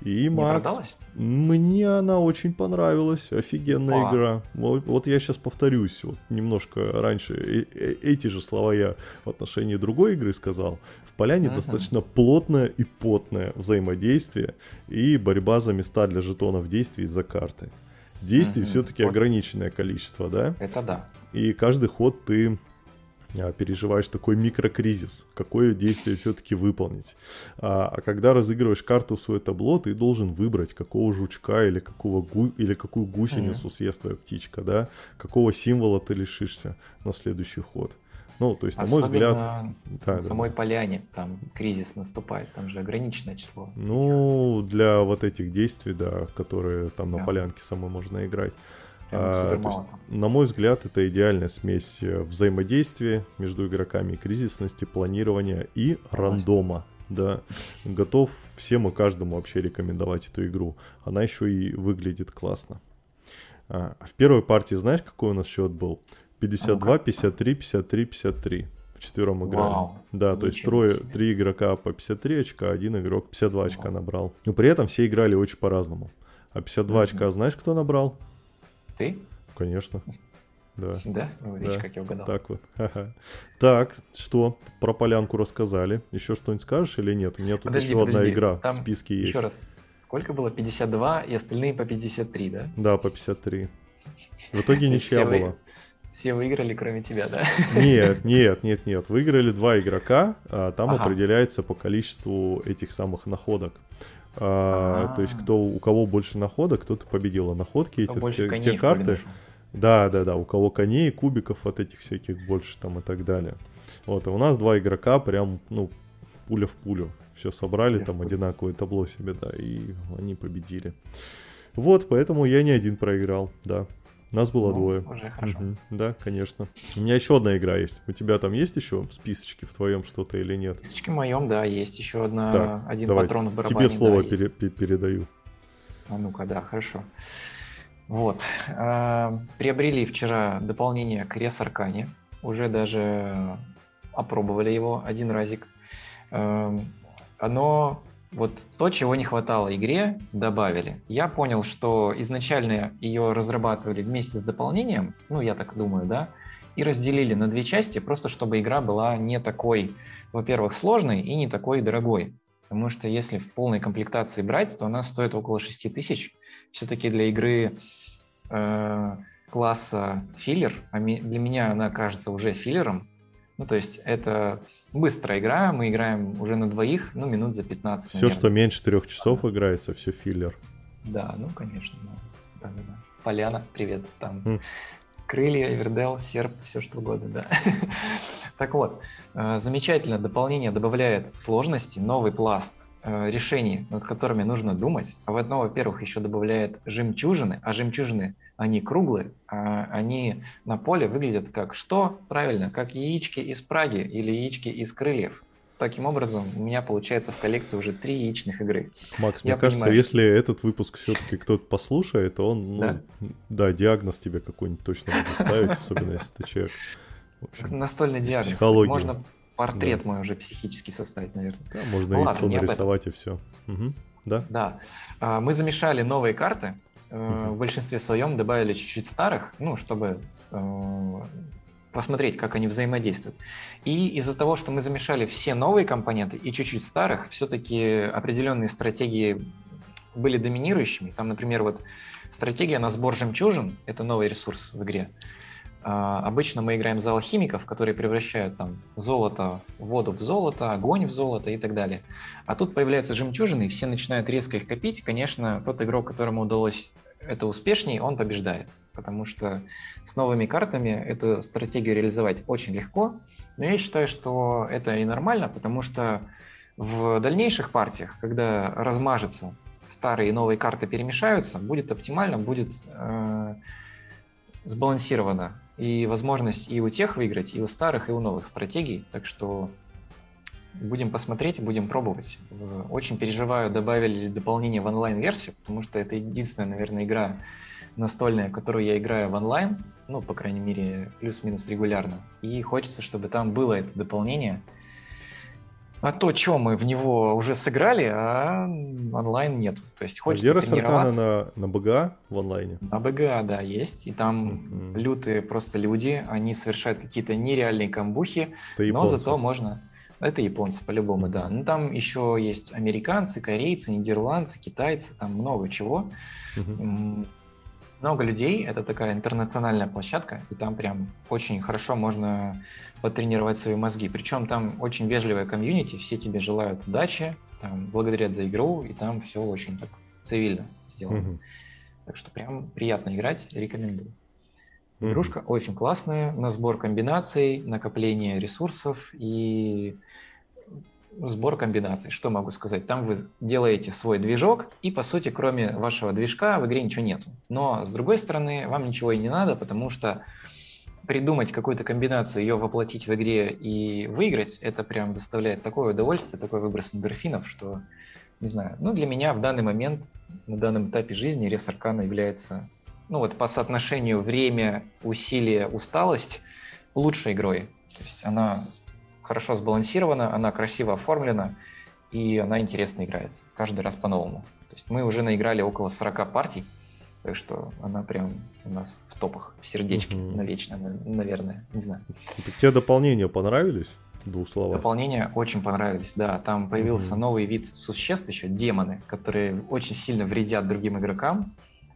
И, Не Макс, продалась? мне она очень понравилась, офигенная А. игра. Вот, вот я сейчас повторюсь, вот немножко раньше э- э- эти же слова я в отношении другой игры сказал. В Поляне Мгм. достаточно плотное и потное взаимодействие и борьба за места для жетонов действий за карты. Действий Мгм. все-таки Вот. ограниченное количество, да? Это да. И каждый ход ты а, переживаешь такой микрокризис, какое действие все-таки выполнить. А, а когда разыгрываешь карту в свое табло, ты должен выбрать, какого жучка или, какого гу, или какую гусеницу Мгм. съест твоя птичка, да, какого символа ты лишишься на следующий ход. Ну, то есть, на мой взгляд... Особенно Да, на да, самой да. поляне там кризис наступает, там же ограниченное число этих. Ну, для вот этих действий, да, которые там на Да. полянке самой можно играть. Прям А, супер то есть, мало там. на мой взгляд, это идеальная смесь э, взаимодействия между игроками, кризисности, планирования и Согласен. рандома. Да, готов всем и каждому вообще рекомендовать эту игру. Она еще и выглядит классно. А, в первой партии знаешь, какой у нас счет был? пятьдесят два, пятьдесят три, пятьдесят три, пятьдесят три. Вчетвером играли. Вау, Да, то есть ничего трое, себе. три игрока по пятьдесят три очка, один игрок пятьдесят два очка Вау. набрал. Но при этом все играли очень по-разному. А пятьдесят два Мгм. очка знаешь, кто набрал? Ты? Конечно. Да. Да? Ну, видишь, Да. как я угадал. Так вот. Ха-ха. Так, что? Про полянку рассказали. Еще что-нибудь скажешь или нет? У меня тут Подожди, еще одна подожди. игра Там в списке есть. еще раз. Сколько было? пятьдесят два и остальные по пятьдесят три, да? Да, по пятьдесят три. В итоге То есть ничья все вы- была. Все выиграли, кроме тебя, да? Нет, нет, нет, нет. Выиграли два игрока, а там Ага. определяется по количеству этих самых находок. А, то есть, А. кто, у кого больше находок, тот и победил. А находки Кто эти, больше те, коней те в поле карты, нашел. да, да, да, у кого коней, кубиков вот этих всяких больше там и так далее. Вот, и у нас два игрока прям, ну, пуля в пулю. Все собрали, Пуля в там пулю. одинаковое табло себе, да, и они победили. Вот, поэтому я не один проиграл, да. Нас было Ну, двое. уже хорошо. Мгм, да, конечно. У меня еще одна игра есть. У тебя там есть еще в списочке в твоем что-то или нет? В списочке моем, да, есть еще одна, Так, один давай, патрон в барабане. тебе слово да, пере- есть. пе- передаю. А ну-ка, да, хорошо. Вот. а, Приобрели вчера дополнение к Рес Аркане. Уже даже опробовали его один разик. Эм, Оно, вот то, чего не хватало игре, добавили. Я понял, что изначально ее разрабатывали вместе с дополнением, ну, я так думаю, да, и разделили на две части, просто чтобы игра была не такой, во-первых, сложной и не такой дорогой. Потому что если в полной комплектации брать, то она стоит около шести тысяч. Все-таки для игры э, класса филлер, а ми- для меня она кажется уже филлером. Ну, то есть это быстрая игра, мы играем уже на двоих, ну, минут за пятнадцать, Все, наверное. что меньше трех часов играется, все филлер. Да, ну, конечно. Ну, да, да, да. Поляна, привет, там. М. Крылья, Эвердел, серп, все что угодно, да. Так вот, э, замечательно, дополнение добавляет сложности, новый пласт э, решений, над которыми нужно думать. А в одно, во-первых, еще добавляет жемчужины, а жемчужины, они круглые, а они на поле выглядят как что? Правильно, как яички из Праги или яички из крыльев. Таким образом, у меня получается в коллекции уже три яичных игры. Макс, Я мне кажется, понимаю, если этот выпуск все-таки кто-то послушает, то он, ну, Да? да, диагноз тебе какой-нибудь точно будет ставить, особенно если ты человек. В общем, Настольный из диагноз. психологии. Можно портрет мой уже психически составить, наверное. да, можно Ну яйцо ладно, не об этом. нарисовать и все. Да? Да. А, Мы замешали новые карты. э, Мгм. В большинстве своем добавили чуть-чуть старых, ну, чтобы э, посмотреть, как они взаимодействуют. И из-за того, что мы замешали все новые компоненты и чуть-чуть старых, все-таки определенные стратегии были доминирующими. Там, например, вот стратегия на сбор жемчужин, это новый ресурс в игре. А, Обычно мы играем за алхимиков, которые превращают там золото, воду в золото, огонь в золото и так далее. А тут появляются жемчужины, и все начинают резко их копить. Конечно, тот игрок, которому удалось это успешнее, он побеждает. Потому что с новыми картами эту стратегию реализовать очень легко. Но я считаю, что это и нормально, потому что в дальнейших партиях, когда размажется старые и новые карты перемешаются, будет оптимально, будет э, сбалансировано и возможность и у тех выиграть, и у старых, и у новых стратегий. Так что будем посмотреть, будем пробовать. Э, Очень переживаю, добавили ли дополнение в онлайн-версию, потому что это единственная, наверное, игра настольная, в которую я играю в онлайн, ну, по крайней мере, плюс-минус регулярно. И хочется, чтобы там было это дополнение. А то, что мы в него уже сыграли, а онлайн нет. То есть А хочется Ерес Аркана тренироваться. на, на БГА в онлайне? На БГА, да, есть. И там Мгм. лютые просто люди, они совершают какие-то нереальные камбухи, Это но японцы. зато можно... Это японцы, по-любому, да. Мгм. Ну, там еще есть американцы, корейцы, нидерландцы, китайцы, там много чего. Мгм. М, Много людей, это такая интернациональная площадка, и там прям очень хорошо можно потренировать свои мозги. Причем там очень вежливая комьюнити, все тебе желают удачи, там, благодарят за игру, и там все очень так цивильно сделано. Мгм. Так что прям приятно играть, рекомендую. Мгм. Игрушка очень классная, на сбор комбинаций, накопление ресурсов и сбор комбинаций. Что могу сказать? Там вы делаете свой движок, и по сути, кроме вашего движка, в игре ничего нету. Но с другой стороны, вам ничего и не надо, потому что придумать какую-то комбинацию, ее воплотить в игре и выиграть, это прям доставляет такое удовольствие, такой выброс эндорфинов, что, не знаю, ну для меня в данный момент, на данном этапе жизни Рес Аркана является, ну вот по соотношению время, усилие, усталость лучшей игрой. То есть она хорошо сбалансирована, она красиво оформлена, и она интересно играется. Каждый раз по-новому. То есть мы уже наиграли около сорока партий, так что она прям у нас в топах, в сердечке Мгм. навечно, наверное, не знаю. Так тебе дополнения понравились? В двух словах. Дополнения очень понравились, да, там появился Мгм. новый вид существ еще, демоны, которые очень сильно вредят другим игрокам,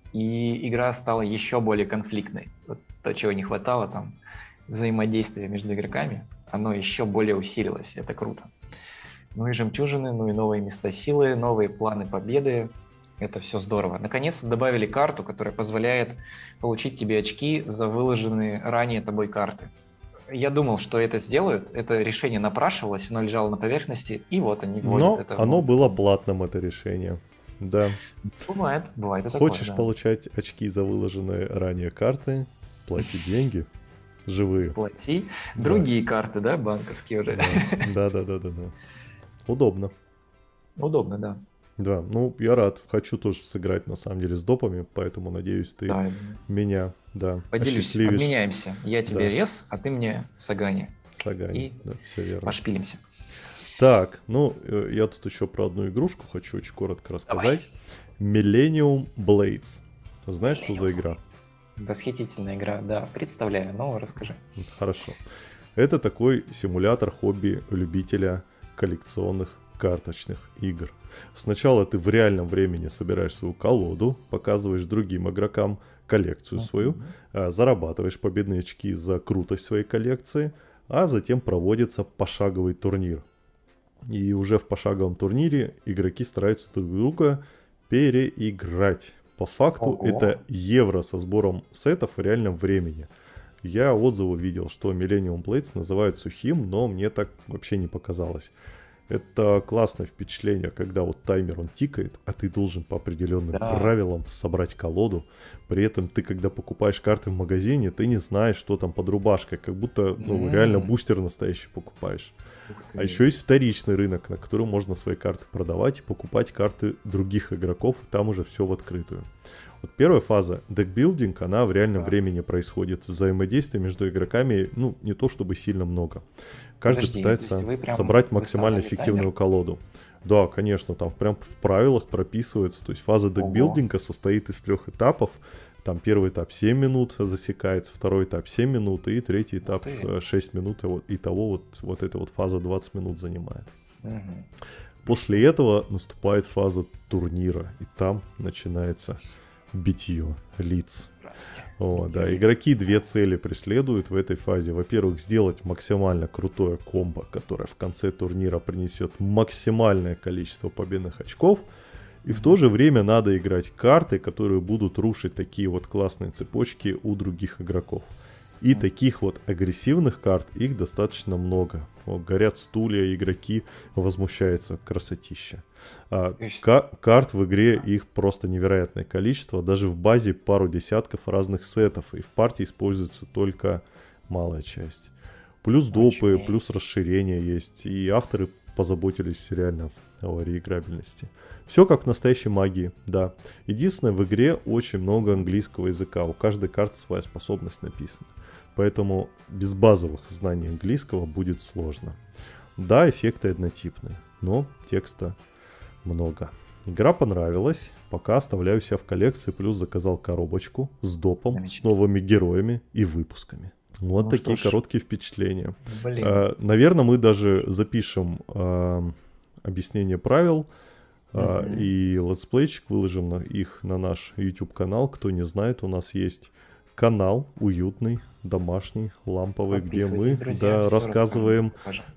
и игра стала еще более конфликтной. Вот то, чего не хватало, там, взаимодействия между игроками, оно еще более усилилось, это круто. Ну и жемчужины, ну и новые места силы, новые планы победы. Это все здорово. Наконец-то добавили карту, которая позволяет получить тебе очки за выложенные ранее тобой карты. Я думал, что это сделают. Это решение напрашивалось, оно лежало на поверхности, и вот они вводят Но это. оно в- было платным, это решение. Да. Бывает, бывает и такое, Хочешь да. получать очки за выложенные ранее карты, плати деньги. Живые. Плати. Да. Другие карты, да, банковские уже. Да, да, да, да, да. Удобно. Удобно, да. Да, ну я рад. Хочу тоже сыграть на самом деле с допами, поэтому надеюсь, ты Да, меня, да, поделюсь, осчастливишь. обменяемся. Я тебе Да. рез, а ты мне сагани. Сагани. И Да, все верно. пошпилимся. Так, ну э, я тут еще про одну игрушку хочу очень коротко рассказать. Давай. Millennium Blades. Знаешь, что за игра? Восхитительная игра, да, представляю, но расскажи. Хорошо. Это такой симулятор хобби любителя коллекционных карточных игр. Сначала ты в реальном времени собираешь свою колоду, показываешь другим игрокам коллекцию свою, а, зарабатываешь победные очки за крутость своей коллекции, а затем проводится пошаговый турнир. И уже в пошаговом турнире игроки стараются друг друга переиграть. По факту Ого. это евро со сбором сетов в реальном времени. Я отзывы видел, что Millennium Blades называют сухим, но мне так вообще не показалось. Это классное впечатление, когда вот таймер он тикает, а ты должен по определенным Да. правилам собрать колоду. При этом ты, когда покупаешь карты в магазине, ты не знаешь, что там под рубашкой, как будто ну, М. реально бустер настоящий покупаешь. Ух ты. А еще есть вторичный рынок, на котором можно свои карты продавать и покупать карты других игроков, там уже все в открытую. Вот первая фаза, декбилдинг, она в реальном Да. времени происходит. Взаимодействие между игроками, ну, не то чтобы сильно много. Каждый Подожди, то пытается есть вы прям собрать максимально выставляли эффективную таймер? колоду. Да, конечно, там прям в правилах прописывается. То есть фаза декбилдинга состоит из трех этапов. Там первый этап семь минут засекается, второй этап семь минут и третий этап ты. э, шесть минут. И вот, итого вот, вот эта вот фаза двадцать минут занимает. Мгм. После этого наступает фаза турнира, и там начинается битье лиц. Здрасте. О, Битье да, лиц. игроки две цели преследуют в этой фазе. Во-первых, сделать максимально крутое комбо, которое в конце турнира принесет максимальное количество победных очков. И в то же время надо играть карты, которые будут рушить такие вот классные цепочки у других игроков. И Мгм. таких вот агрессивных карт, их достаточно много. О, горят стулья, игроки возмущаются, красотища. А, То есть- ка- карт в игре их просто невероятное количество. Даже в базе пару десятков разных сетов. И в партии используется только малая часть. Плюс допы, Очень. плюс расширения есть. И авторы позаботились реально о реиграбельности. Все как в настоящей магии, да. Единственное, в игре очень много английского языка. У каждой карты своя способность написана. Поэтому без базовых знаний английского будет сложно. Да, эффекты однотипные, но текста много. Игра понравилась, пока оставляю себя в коллекции, плюс заказал коробочку с допом, с новыми героями и выпусками. Вот ну такие короткие впечатления. Блин. Наверное, мы даже запишем э, объяснение правил mm-hmm. э, и летсплейчик, выложим на, их на наш YouTube-канал. Кто не знает, у нас есть канал уютный, домашний, ламповый, где мы друзья, да, рассказываем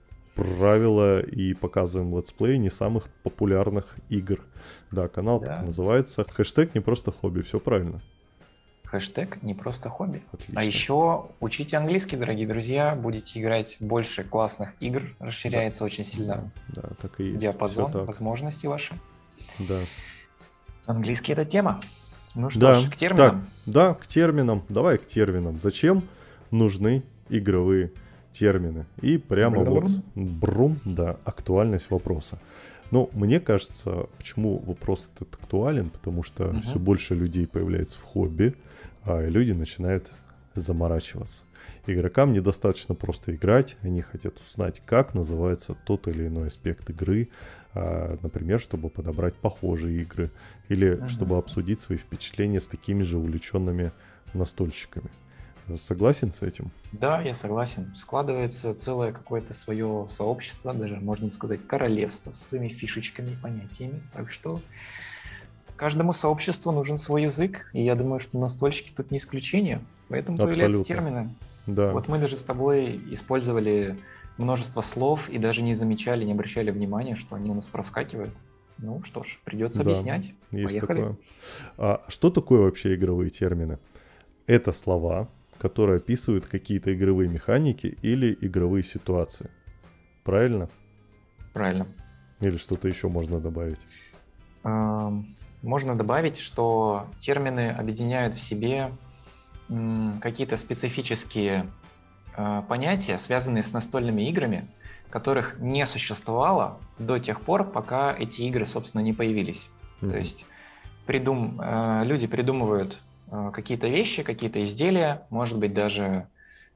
правила и показываем летсплей не самых популярных игр. Да, канал да. так называется. Хэштег не просто хобби, все правильно. Хэштег не просто хобби. Отлично. А еще учите английский, дорогие друзья. Будете играть больше классных игр. Расширяется да. очень сильно да, да, так и есть. диапазон, возможности ваши. Да. Английский — это тема. Ну что да. ж, к терминам. Так, да, к терминам. Давай к терминам. Зачем нужны игровые термины? И прямо брум. вот брум, да, актуальность вопроса. Ну, мне кажется, почему вопрос этот актуален, потому что uh-huh. все больше людей появляется в хобби, а люди начинают заморачиваться. Игрокам недостаточно просто играть, они хотят узнать, как называется тот или иной аспект игры, а, например, чтобы подобрать похожие игры, или uh-huh. чтобы обсудить свои впечатления с такими же увлеченными настольщиками. Согласен с этим? Да, я согласен. Складывается целое какое-то свое сообщество, даже можно сказать королевство с своими фишечками и понятиями. Так что каждому сообществу нужен свой язык, и я думаю, что настольщики тут не исключение. Поэтому Абсолютно. появляются термины. Да. Вот мы даже с тобой использовали множество слов и даже не замечали, не обращали внимания, что они у нас проскакивают. Ну что ж, придется да, объяснять. Есть Поехали. Такое. А что такое вообще игровые термины? Это слова, которые описывают какие-то игровые механики или игровые ситуации. Правильно? Правильно. Или что-то еще можно добавить? Можно добавить, что термины объединяют в себе какие-то специфические понятия, связанные с настольными играми, которых не существовало до тех пор, пока эти игры, собственно, не появились. Mm-hmm. То есть придум... люди придумывают какие-то вещи, какие-то изделия, может быть, даже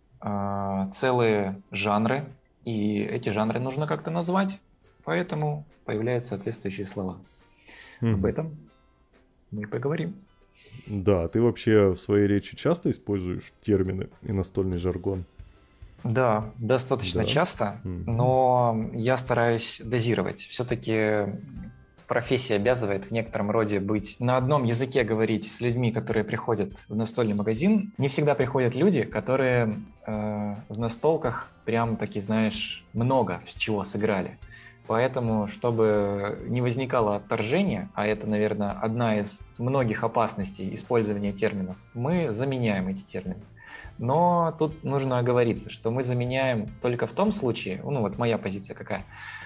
э, целые жанры, и эти жанры нужно как-то назвать, поэтому появляются соответствующие слова. Mm-hmm. Об этом мы и поговорим. Да, ты вообще в своей речи часто используешь термины и настольный жаргон? Да, достаточно да. часто, mm-hmm. но я стараюсь дозировать. Все-таки профессия обязывает в некотором роде быть на одном языке, говорить с людьми, которые приходят в настольный магазин. Не всегда приходят люди, которые э, в настолках прям таки, знаешь, много чего сыграли. Поэтому, чтобы не возникало отторжения, а это, наверное, одна из многих опасностей использования терминов, мы заменяем эти термины. Но тут нужно оговориться, что мы заменяем только в том случае, ну вот моя позиция какая,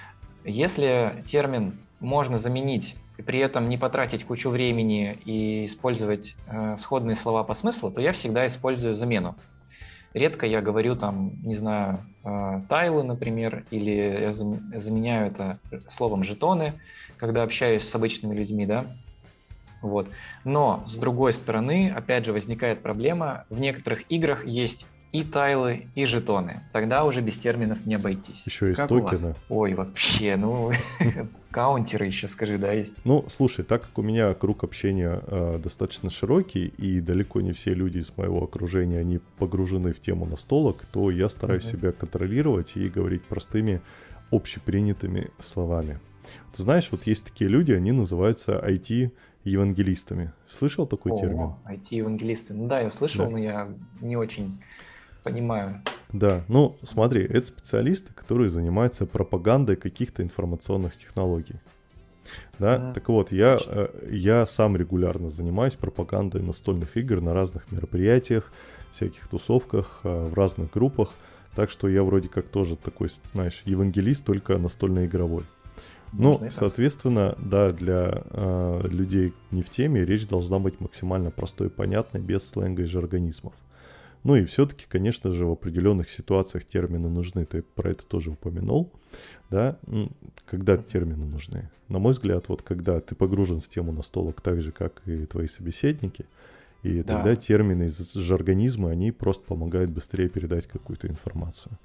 если термин можно заменить и при этом не потратить кучу времени и использовать э, сходные слова по смыслу, то я всегда использую замену. Редко я говорю там, не знаю, э, тайлы, например, или я заменяю это словом жетоны, когда общаюсь с обычными людьми, да. Вот. Но, с другой стороны, опять же, возникает проблема, в некоторых играх есть и тайлы, и жетоны. Тогда уже без терминов не обойтись. Еще и токены. Ой, вообще, ну, каунтеры еще скажи, да, есть? Ну, слушай, так как у меня круг общения э, достаточно широкий, и далеко не все люди из моего окружения, они погружены в тему настолок, то я стараюсь uh-huh. себя контролировать и говорить простыми, общепринятыми словами. Ты знаешь, вот есть такие люди, они называются ай ти-евангелистами. Слышал такой О, термин? ай ти-евангелисты. Ну да, я слышал, да. но я не очень понимаю. Да, ну смотри, это специалисты, которые занимаются пропагандой каких-то информационных технологий. Да, mm-hmm. так вот, я, я сам регулярно занимаюсь пропагандой настольных игр на разных мероприятиях, всяких тусовках, в разных группах. Так что я вроде как тоже такой, знаешь, евангелист, только настольно-игровой. Ну, соответственно, да, для э, людей не в теме речь должна быть максимально простой и понятной, без сленга и жаргонизмов. Ну и все-таки, конечно же, в определенных ситуациях термины нужны. Ты про это тоже упомянул, да? Когда термины нужны? На мой взгляд, вот когда ты погружен в тему настолок так же, как и твои собеседники, и тогда да. термины из жаргонизма, они просто помогают быстрее передать какую-то информацию.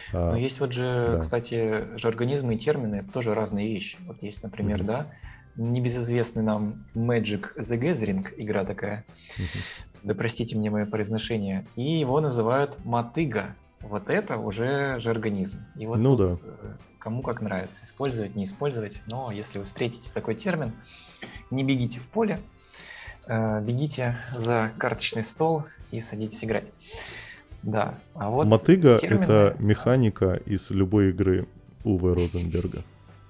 Но А, есть вот же, да. кстати, жаргонизмы и термины, это тоже разные вещи. Вот есть, например, Мгм. да, небезызвестный нам Magic the Gathering, игра такая, Мгм. да простите мне мое произношение, и его называют мотыга. Вот это уже жаргонизм. И вот Ну тут да. э, кому как нравится, использовать, не использовать, но если вы встретите такой термин, не бегите в поле, э, бегите за карточный стол и садитесь играть. Да, а вот Мотыга — это термины, да, механика из любой игры Уве Розенберга.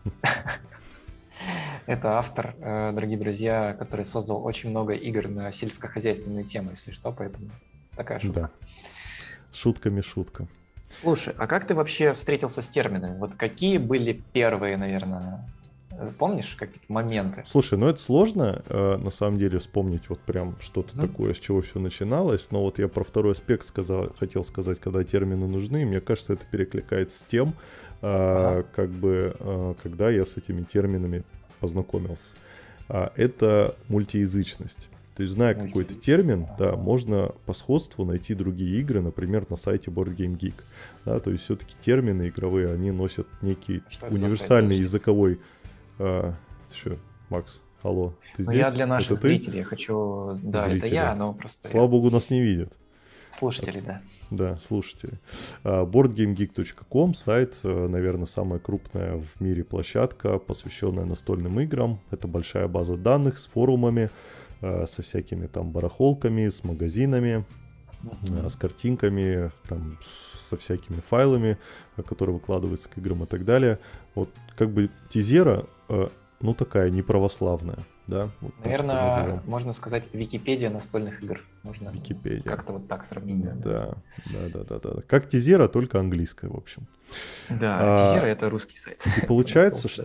это автор, э, дорогие друзья, который создал очень много игр на сельскохозяйственные темы, если что, поэтому такая Да. шутка. Шутками шутка. Слушай, а как ты вообще встретился с терминами? Вот какие были первые, наверное, э, помнишь какие-то моменты? Слушай, ну это сложно, э, на самом деле, вспомнить вот прям что-то Мгм. такое, с чего все начиналось. Но вот я про второй аспект сказал, хотел сказать, когда термины нужны. Мне кажется, это перекликается с тем, э, Ага. как бы, э, когда я с этими терминами познакомился. А, это мультиязычность. То есть, зная какой-то Мультиязычность. термин, да, Ага. можно по сходству найти другие игры, например, на сайте Board Game Geek. Да, то есть все-таки термины игровые, они носят некий Что это за сайт? универсальный Подожди. языковой... А, что, Макс, алло, ты Ну, здесь? я для наших Это ты? зрителей я хочу... Да, это Зрители. я, но просто Слава я... богу, нас не видят. Слушатели, да. Да, слушатели. А, board game geek точка com сайт, э, наверное, самая крупная в мире площадка, посвященная настольным играм. Это большая база данных с форумами, э, со всякими там барахолками, с магазинами, э, с картинками, там, со всякими файлами, э, которые выкладываются к играм и так далее. Вот как бы Тизера, э, ну такая неправославная, да? Вот так это Наверное, назовем. можно сказать, Википедия настольных игр. Можно Википедия. как-то вот так сравнить. Да, Да, да, да, да, да. Как Тизера, только английская, в общем. да, А, Тизера — это русский сайт. И получается, Настол, да.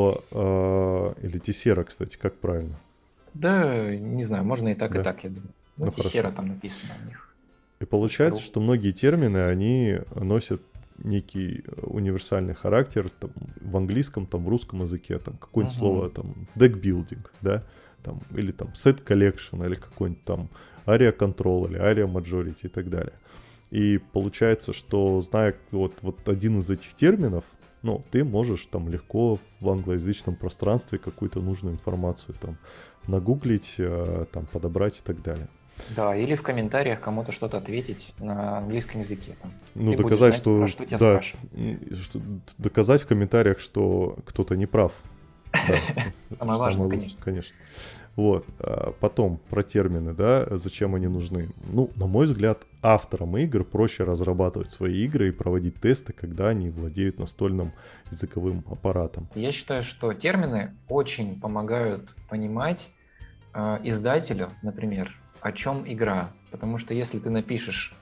что... э, или Тисера, кстати, как правильно? Да, не знаю, можно и так, Да. и так, я думаю. Ну, Ну, Тисера хорошо. там написано у них. И получается, .ру. что многие термины, они носят некий универсальный характер там, в английском, там, в русском языке, там, какое-нибудь Мгм. слово, там, deckbuilding, да, там, или там set collection, или какой-нибудь там area control, или area majority и так далее. И получается, что зная вот, вот один из этих терминов, ну, ты можешь там легко в англоязычном пространстве какую-то нужную информацию там нагуглить, э, там, подобрать и так далее. Да, или в комментариях кому-то что-то ответить на английском языке. Там. Ну, Ты будешь доказать, знать, что, про что тебя да, спрашивают. м, что- доказать в комментариях, что кто-то не прав. Да, это Самое же важное, самое лучшее, конечно. конечно. Вот. а Потом про термины, да, зачем они нужны. Ну, на мой взгляд, авторам игр проще разрабатывать свои игры и проводить тесты, когда они владеют настольным языковым аппаратом. Я считаю, что термины очень помогают понимать э, издателю, например, о чем игра. Потому что если ты напишешь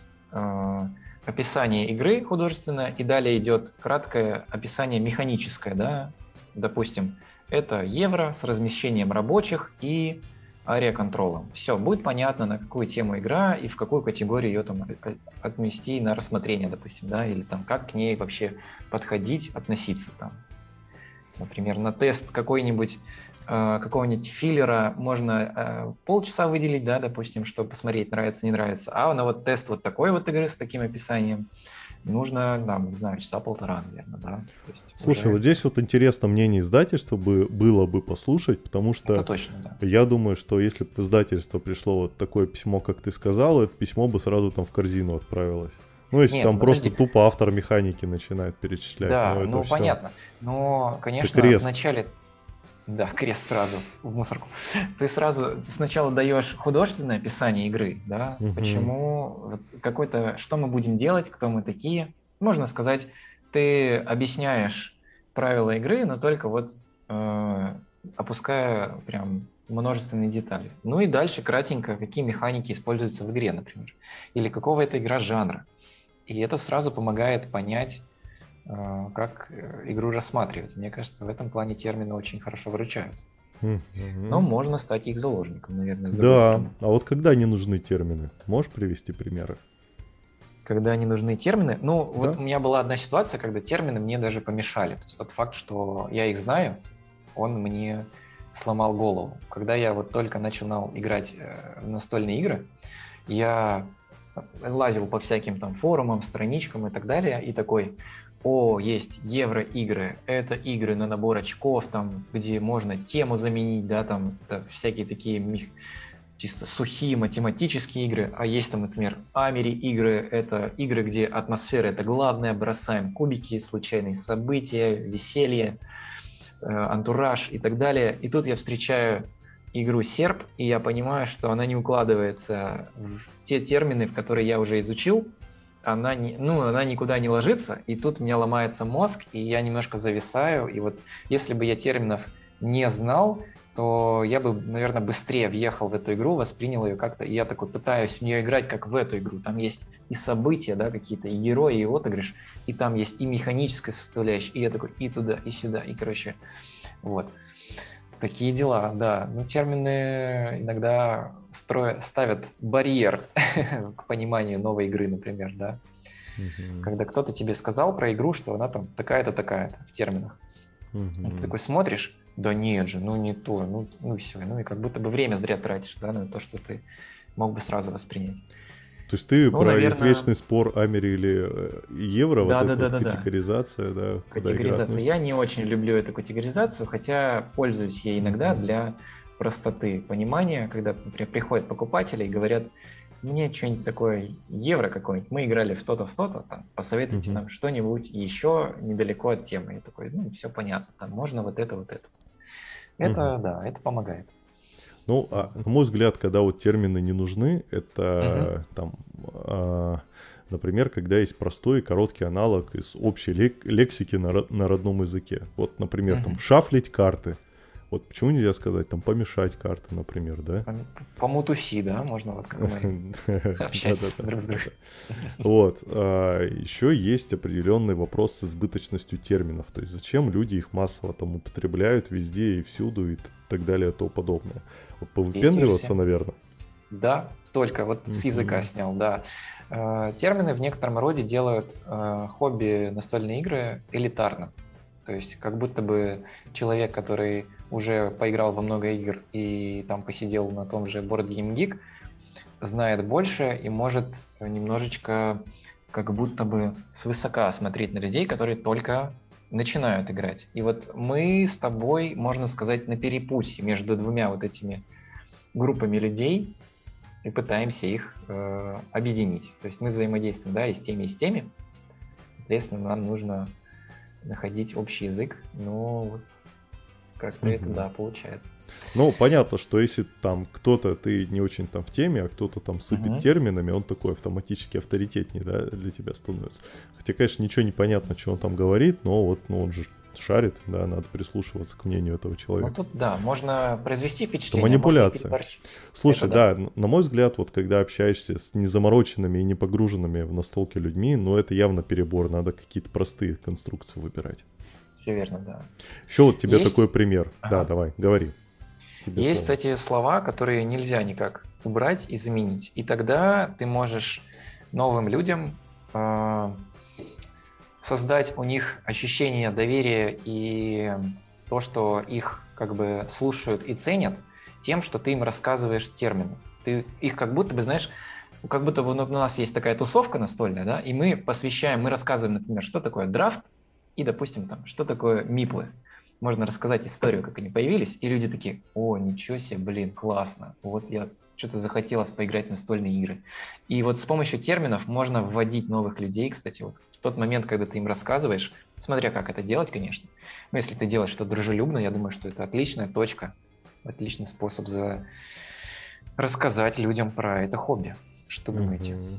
э, описание игры художественное, и далее идет краткое описание механическое, да, допустим, это евро с размещением рабочих и ария-контролом. Все, будет понятно, на какую тему игра и в какую категорию ее там отнести на рассмотрение, допустим, да, или там как к ней вообще подходить, относиться там. Например, на тест какой-нибудь э, какого-нибудь филлера можно э, полчаса выделить, да, допустим, чтобы посмотреть, нравится, не нравится. А на вот тест вот такой вот игры с таким описанием нужно, там, не знаю, часа полтора, наверное, да. То есть Слушай, уже... вот здесь вот интересно мнение издательства бы, было бы послушать, потому что Это точно, да. я думаю, что если бы в издательство пришло вот такое письмо, как ты сказал, это письмо бы сразу там в корзину отправилось. Ну, если Нет, там подожди. просто тупо автор механики начинает перечислять. Да, ну, это ну всё. понятно. Но, конечно, крест. вначале... Да, крест сразу в мусорку. Ты сразу ты сначала даешь художественное описание игры, да, Мгм. почему, вот какой-то, что мы будем делать, кто мы такие. Можно сказать, ты объясняешь правила игры, но только вот э, опуская прям множественные детали. Ну и дальше кратенько, какие механики используются в игре, например, или какого это игра жанра. И это сразу помогает понять, э, как э, игру рассматривать. Мне кажется, в этом плане термины очень хорошо выручают. Мгм. Но можно стать их заложником, наверное, с другой Да, стороны. а вот когда не нужны термины? Можешь привести примеры? Когда не нужны термины. Ну, вот Да. у меня была одна ситуация, когда термины мне даже помешали. То есть тот факт, что я их знаю, он мне сломал голову. Когда я вот только начинал играть э, в настольные игры, я э, лазил по всяким там форумам, страничкам и так далее, и такой, о, есть евроигры, это игры на набор очков, там, где можно тему заменить, да, там, это всякие такие мех... чисто сухие математические игры, а есть там, например, Амери игры, это игры, где атмосфера это главное, бросаем кубики, случайные события, веселье, э, антураж и так далее. И тут я встречаю игру Серп, и я понимаю, что она не укладывается в те термины, в которые я уже изучил, она, не, ну, она никуда не ложится, и тут у меня ломается мозг, и я немножко зависаю, и вот если бы я терминов не знал, то я бы, наверное, быстрее въехал в эту игру, воспринял ее как-то, и я такой пытаюсь в нее играть, как в эту игру. Там есть и события, да, какие-то, и герои, и отыгрыш, и там есть и механическая составляющая, и я такой и туда, и сюда, и, короче, вот. Такие дела, да. Ну, термины иногда строят, ставят барьер к пониманию новой игры, например, да. Mm-hmm. Когда кто-то тебе сказал про игру, что она там такая-то, такая-то в терминах. Mm-hmm. И ты такой смотришь, да нет же, ну не то, ну, ну все, ну и как будто бы время зря тратишь, да, на то, что ты мог бы сразу воспринять. То есть ты ну, про наверное... извечный спор Амери или евро, да, вот да, эта да, вот да, категоризация, да. Категоризация. Я не очень люблю эту категоризацию, хотя пользуюсь ей иногда mm-hmm. для простоты понимания, когда, например, приходят покупатели и говорят, мне что-нибудь такое, евро какое-нибудь, мы играли в то-то, в то-то, там, посоветуйте mm-hmm. нам что-нибудь еще недалеко от темы. Я такой, ну, все понятно, там можно вот это, вот это. Это, mm-hmm. да, это помогает. Ну, а, на мой взгляд, когда вот термины не нужны, это uh-huh. там, а, например, когда есть простой и короткий аналог из общей лек- лексики на, на родном языке. Вот, например, uh-huh. там шафлить карты. Вот почему нельзя сказать там помешать карты, например, да? Помутуси, да, можно вот как мы общаться друг с другом. Вот. Еще есть определенный вопрос с избыточностью терминов. То есть зачем люди их массово там употребляют везде и всюду и так далее и тому подобное. Вот повыпендриваться, наверное. Да, только вот с языка снял, да. Термины в некотором роде делают хобби настольные игры элитарно. То есть как будто бы человек, который уже поиграл во много игр и там посидел на том же Board Game Geek, знает больше и может немножечко как будто бы свысока смотреть на людей, которые только начинают играть. И вот мы с тобой, можно сказать, на перепутье между двумя вот этими группами людей и пытаемся их э, объединить. То есть мы взаимодействуем, да, и с теми, и с теми. Соответственно, нам нужно находить общий язык, но вот как-то mm-hmm. это, да, получается. Ну, понятно, что если там кто-то, ты не очень там в теме, а кто-то там сыпет mm-hmm. терминами, он такой автоматически авторитетнее, да, для тебя становится. Хотя, конечно, ничего не понятно, что он там говорит, но вот, ну, он же шарит, да, надо прислушиваться к мнению этого человека. Ну, тут, да, можно произвести впечатление. Это манипуляция. Слушай, это, да, да, на мой взгляд, вот когда общаешься с незамороченными и не погруженными в настолки людьми, ну, это явно перебор, надо какие-то простые конструкции выбирать. Все верно, да. Еще вот тебе Есть... такой пример. Ага. Да, давай, говори. Тебе Есть, слово. Кстати, слова, которые нельзя никак убрать и заменить. И тогда ты можешь новым людям э, создать у них ощущение доверия и то, что их как бы слушают и ценят тем, что ты им рассказываешь термины. Ты их как будто бы, знаешь, как будто бы у нас есть такая тусовка настольная, да, и мы посвящаем, мы рассказываем, например, что такое драфт, и, допустим, там, что такое миплы. Можно рассказать историю, как они появились, и люди такие, о, ничего себе, блин, классно, вот я что-то захотелось поиграть в настольные игры. И вот с помощью терминов можно вводить новых людей, кстати, вот в тот момент, когда ты им рассказываешь, смотря как это делать, конечно, но если ты делаешь что-то дружелюбно, я думаю, что это отличная точка, отличный способ за... рассказать людям про это хобби. Что думаете? Mm-hmm.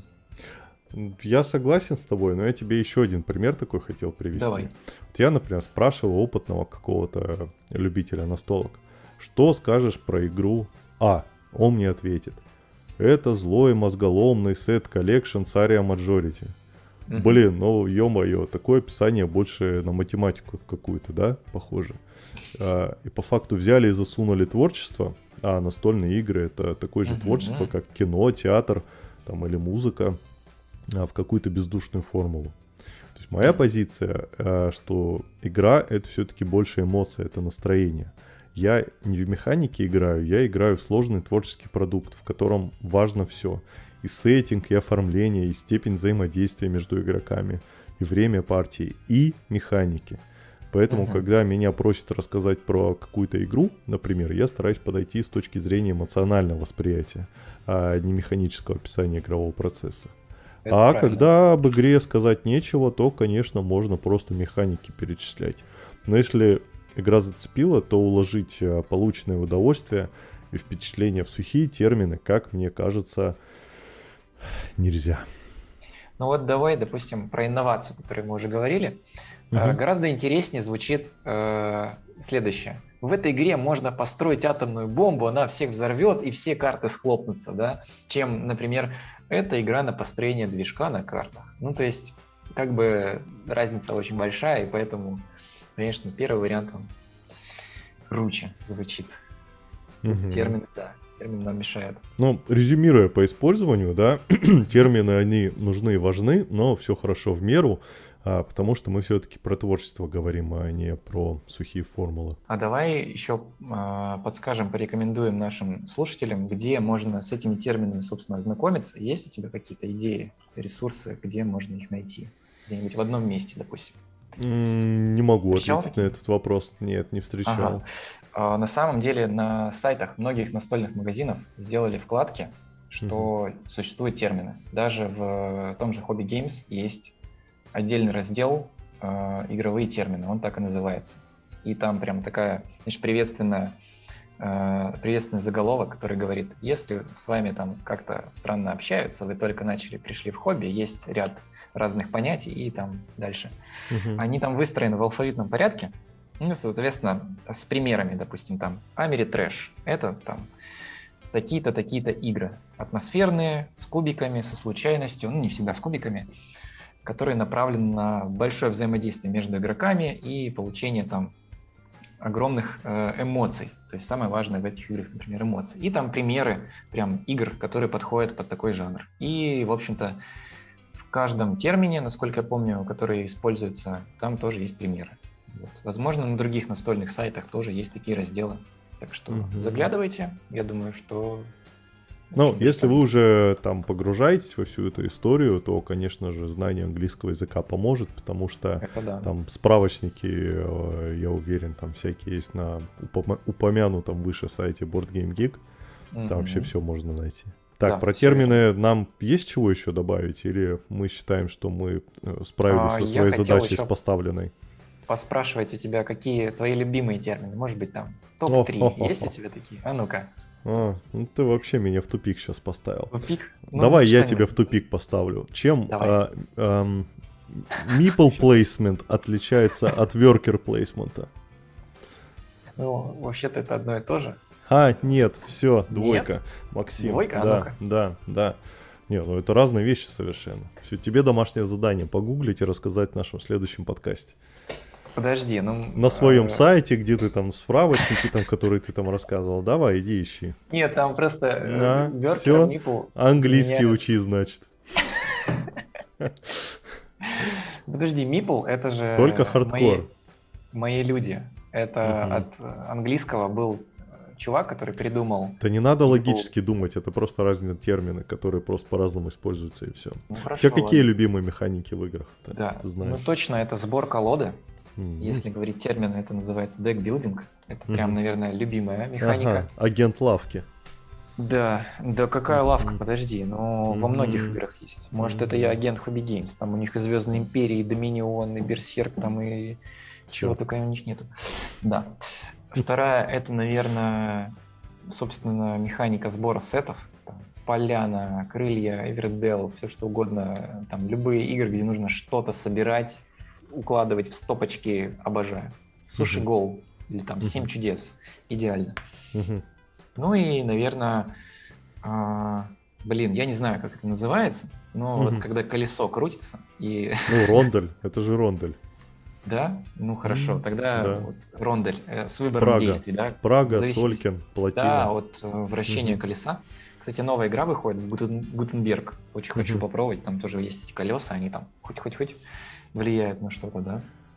Я согласен с тобой, но я тебе еще один пример такой хотел привести. Давай. Вот я, например, спрашивал опытного какого-то любителя настолок, что скажешь про игру А? Он мне ответит, это злой мозголомный сет коллекшн с Aria Majority. Mm-hmm. Блин, ну ё-моё, такое описание больше на математику какую-то, да, похоже. А, и по факту взяли и засунули творчество, а настольные игры это такое же mm-hmm. творчество, как кино, театр там, или музыка, в какую-то бездушную формулу. То есть моя позиция, что игра — это все-таки больше эмоция, это настроение. Я не в механике играю, я играю в сложный творческий продукт, в котором важно все. и сеттинг, и оформление, и степень взаимодействия между игроками, и время партии, и механики. Поэтому, uh-huh. когда меня просят рассказать про какую-то игру, например, я стараюсь подойти с точки зрения эмоционального восприятия, а не механического описания игрового процесса. Это а правильно. Когда об игре сказать нечего, то, конечно, можно просто механики перечислять. Но если игра зацепила, то уложить полученное удовольствие и впечатление в сухие термины, как мне кажется, нельзя. Ну вот давай, допустим, про инновацию, о которой мы уже говорили. Uh-huh. Гораздо интереснее звучит э, следующее. В этой игре можно построить атомную бомбу, она всех взорвет и все карты схлопнутся, да, чем, например, эта игра на построение движка на картах. Ну, то есть, как бы разница очень большая, и поэтому, конечно, первый вариант он круче звучит. Uh-huh. Термины, да, термины нам мешают. Ну, резюмируя по использованию, да, термины, они нужны и важны, но все хорошо в меру. А, потому что мы все-таки про творчество говорим, а не про сухие формулы. А давай еще а, подскажем, порекомендуем нашим слушателям, где можно с этими терминами, собственно, ознакомиться. Есть у тебя какие-то идеи, ресурсы, где можно их найти? Где-нибудь в одном месте, допустим. Mm, не могу встречал ответить такие? На этот вопрос. Нет, не встречал. Ага. А, на самом деле на сайтах многих настольных магазинов сделали вкладки, что mm-hmm. существуют термины. Даже в том же Hobby Games есть отдельный раздел э, игровые термины, он так и называется. И там прям такая, знаешь, приветственная, э, приветственный заголовок, который говорит, если с вами там как-то странно общаются, вы только начали, пришли в хобби, есть ряд разных понятий и там дальше. Uh-huh. Они там выстроены в алфавитном порядке, ну, соответственно, с примерами, допустим, там Ameritrash, это там такие-то, такие-то игры, атмосферные, с кубиками, со случайностью, ну, не всегда с кубиками, которые направлены на большое взаимодействие между игроками и получение там огромных э, эмоций. То есть самое важное в этих играх, например, эмоции. И там примеры прям игр, которые подходят под такой жанр. И, в общем-то, в каждом термине, насколько я помню, который используется, там тоже есть примеры. Вот. Возможно, на других настольных сайтах тоже есть такие разделы. Так что угу. заглядывайте. Я думаю, что... Ну, если вы уже там погружаетесь во всю эту историю, то, конечно же, знание английского языка поможет, потому что да. там справочники, я уверен, там всякие есть на упом- упомянутом выше сайте Board Game Geek. Там mm-hmm. вообще все можно найти. Так, да, про термины это. Нам есть чего еще добавить? Или мы считаем, что мы справились а, со своей задачей с поставленной? Поспрашивать у тебя, какие твои любимые термины? Может быть, там топ три есть у тебя такие? А ну-ка. А, ну ты вообще меня в тупик сейчас поставил. Тупик? Ну, давай я тебя в тупик поставлю. Чем а, а, meeple placement отличается от worker placement? Ну, вообще-то это одно и то же. А, нет, все, двойка. Нет? Максим. Двойка? Да, а ну-ка. да, да. Нет, ну это разные вещи совершенно. Все, тебе домашнее задание погуглить и рассказать в нашем следующем подкасте. Подожди, ну... На своем э... сайте, где ты там справочники, там, которые ты там рассказывал, давай, иди ищи. Нет, там просто да, worker, все, meeple, английский меня... учи, значит. Подожди, meeple это же... Только хардкор. Мои, мои люди. Это угу. от английского был чувак, который придумал... Да не надо meeple. Логически думать, это просто разные термины, которые просто по-разному используются и все. Ну, хорошо, у тебя какие ладно. любимые механики в играх? Ты, да, ты знаешь? ну точно это сбор колоды. Mm-hmm. Если говорить термины, это называется декбилдинг. Это mm-hmm. прям, наверное, любимая механика. Ага, агент лавки. Да, да какая mm-hmm. лавка, подожди, но mm-hmm. во многих играх есть. Может, mm-hmm. это я агент Hobby Games, там у них и Звездные Империи, и Доминион, и Берсерк, там и чего только у них нету. Да. Вторая, это, наверное, собственно, механика сбора сетов. Там, Поляна, Крылья, Эвердел, все что угодно. Там любые игры, где нужно что-то собирать, укладывать в стопочки, обожаю. Суши uh-huh. Гол или там uh-huh. Семь чудес. Идеально. Uh-huh. Ну и, наверное, а, блин, я не знаю, как это называется, но uh-huh. вот когда колесо крутится и... Ну, рондель, это же рондель. Да? Ну хорошо, тогда да. вот, рондель э, с выбором Прага. действий. Да? Прага, Цолькин, Плотина. Да, вот э, вращение uh-huh. колеса. Кстати, новая игра выходит, Гутен, Гутенберг. Очень uh-huh. хочу попробовать, там тоже есть эти колеса, они там хоть-хоть-хоть влияют на что-то, да?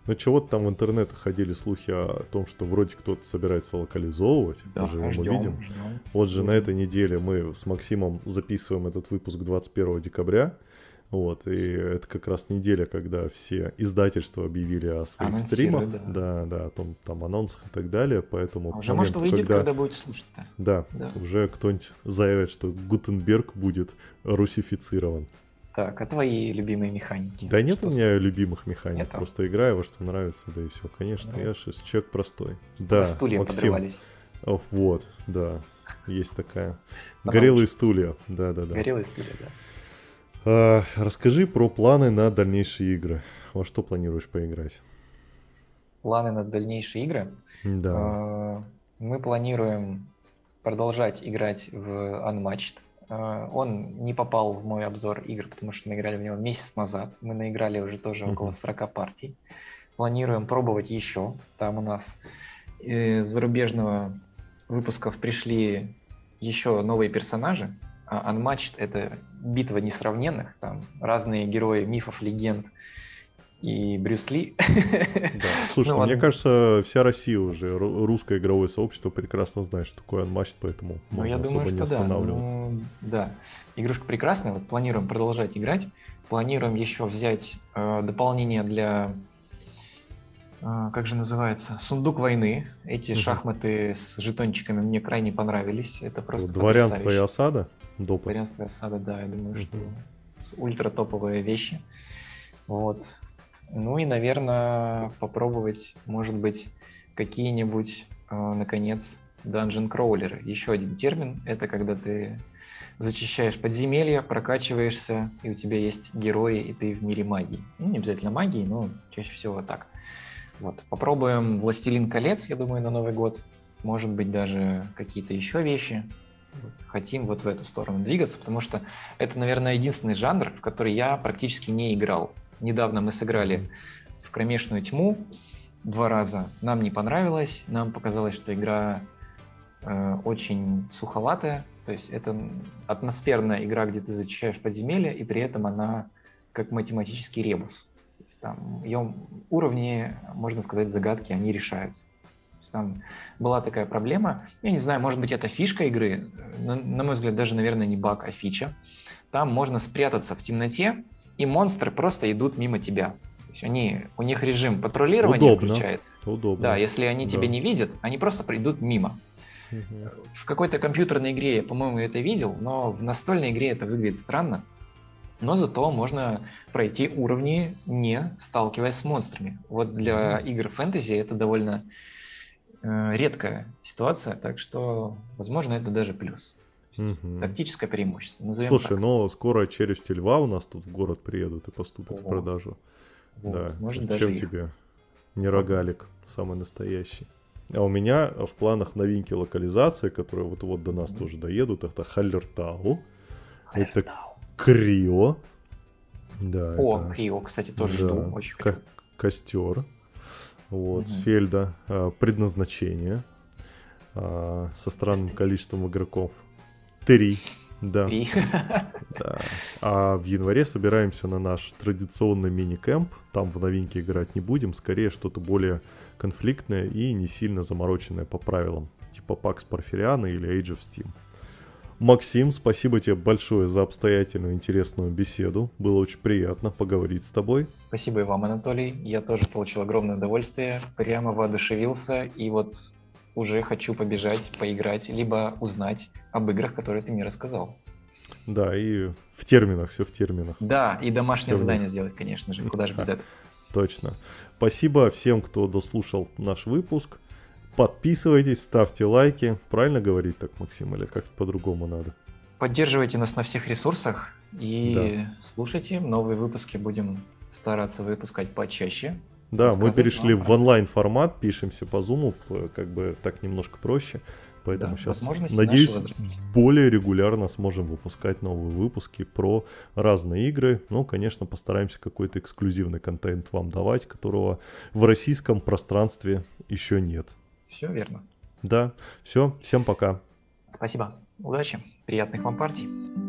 Ну, чего-то там в интернете ходили слухи о том, что вроде кто-то собирается локализовывать. Да, Поживем, ждем, увидим. ждем. Вот же на Будем. этой неделе мы с Максимом записываем этот выпуск двадцать первого декабря. Вот, и это как раз неделя, когда все издательства объявили о своих Анонсируют, стримах, да. да, да, о том, там анонсах и так далее, поэтому А к уже, может, моменту, выйдет, когда, когда будете слушать-то. да, Да. уже кто-нибудь заявит, что Гутенберг будет русифицирован. Так, а твои любимые механики? Да нет Что у меня любимых механик, Нету? просто играю во что нравится, да и все. Конечно, я Нравится. же человек простой. У Да, вас стулья Максим, подрывались. О, вот, да, есть такая. Самоучка. Горелые стулья, да-да-да. Горелые стулья, да. А, расскажи про планы на дальнейшие игры. Во что планируешь поиграть? Планы на дальнейшие игры. Да. А, Мы планируем продолжать играть в Unmatched. А, Он не попал в мой обзор игр, потому что мы играли в него месяц назад. Мы наиграли уже тоже около Мгм. сорока партий. Планируем пробовать еще. Там у нас из зарубежного выпусков пришли еще новые персонажи. А Unmatched — это битва несравненных. Там разные герои мифов, легенд и Брюс Ли. Да. Слушай, Ну, мне ладно. кажется, вся Россия уже, ру- русское игровое сообщество прекрасно знает, что такое Unmatched, поэтому Ну, можно я особо думаю, не что да. останавливаться. Ну, да. Игрушка прекрасная. Вот планируем продолжать играть. Планируем еще взять э, дополнение для, э, как же называется, сундук войны. Эти Мгм. шахматы с жетончиками мне крайне понравились. Это Вот просто Дворянство и потрясающе. осада, допы. Дворянство и осада, да, я думаю, что Мгм. ультра топовые вещи. Вот. Ну и, наверное, попробовать, может быть, какие-нибудь, э, наконец, dungeon кроулеры. Еще один термин — это когда ты зачищаешь подземелья, прокачиваешься, и у тебя есть герои, и ты в мире магии. Ну, не обязательно магии, но чаще всего так. Вот. Попробуем «Властелин колец», я думаю, на Новый год. Может быть, даже какие-то еще вещи. Вот. Хотим вот в эту сторону двигаться, потому что это, наверное, единственный жанр, в который я практически не играл. Недавно мы сыграли в «Кромешную тьму» два раза. Нам не понравилось, нам показалось, что игра э, очень суховатая. То есть это атмосферная игра, где ты зачищаешь подземелья, и при этом она как математический ребус. То есть там ее уровни, можно сказать, загадки, они решаются. То есть там была такая проблема. Я не знаю, может быть, это фишка игры. На, на мой взгляд, даже, наверное, не баг, а фича. Там можно спрятаться в темноте, и монстры просто идут мимо тебя. То есть они, у них режим патрулирования Удобно. включается. Удобно. Да, если они Да. тебя не видят, они просто придут мимо. Мгм. В какой-то компьютерной игре я, по-моему, это видел, но в настольной игре это выглядит странно. Но зато можно пройти уровни, не сталкиваясь с монстрами. Вот для Мгм. игр фэнтези это довольно э, редкая ситуация, так что, возможно, это даже плюс. То есть Мгм. тактическое преимущество, назовем Слушай, так. но скоро «Челюсти льва» у нас тут в город приедут и поступят в О, продажу. вот, Да, может, чем даже их. тебе не рогалик, самый настоящий. А у меня в планах новинки локализации, которые вот-вот до нас Мгм. тоже доедут, это Халлертау, это Хайртау. Крио, да, О, это Крио, кстати, тоже да, жду, очень хочу. ко- костер, вот, Мгм. Фельда, а, предназначение, а, со странным количеством игроков, три, да. Три. Да. А в январе собираемся на наш традиционный мини-кэмп. Там в новинки играть не будем. Скорее что-то более конфликтное и не сильно замороченное по правилам. Типа Pax Porphyriana или Age of Steam. Максим, спасибо тебе большое за обстоятельную интересную беседу. Было очень приятно поговорить с тобой. Спасибо и вам, Анатолий. Я тоже получил огромное удовольствие, прямо воодушевился, и вот уже хочу побежать, поиграть, либо узнать об играх, которые ты мне рассказал. Да, и в терминах, все в терминах. Да, и домашнее Всё в них. задание сделать, конечно же, куда же без этого. Точно. Спасибо всем, кто дослушал наш выпуск. Подписывайтесь, ставьте лайки. Правильно говорить так, Максим, или как-то по-другому надо? Поддерживайте нас на всех ресурсах и слушайте. Новые выпуски будем стараться выпускать почаще. Да, мы Рассказывать перешли вам в про- онлайн формат, пишемся по Zoom, п- как бы так немножко проще. Поэтому Да, сейчас, возможности надеюсь, наши возросли. более регулярно сможем выпускать новые выпуски про разные игры. Ну, конечно, постараемся какой-то эксклюзивный контент вам давать, которого в российском пространстве еще нет. Все верно. Да, все, всем пока. Спасибо. Удачи. Приятных вам партий.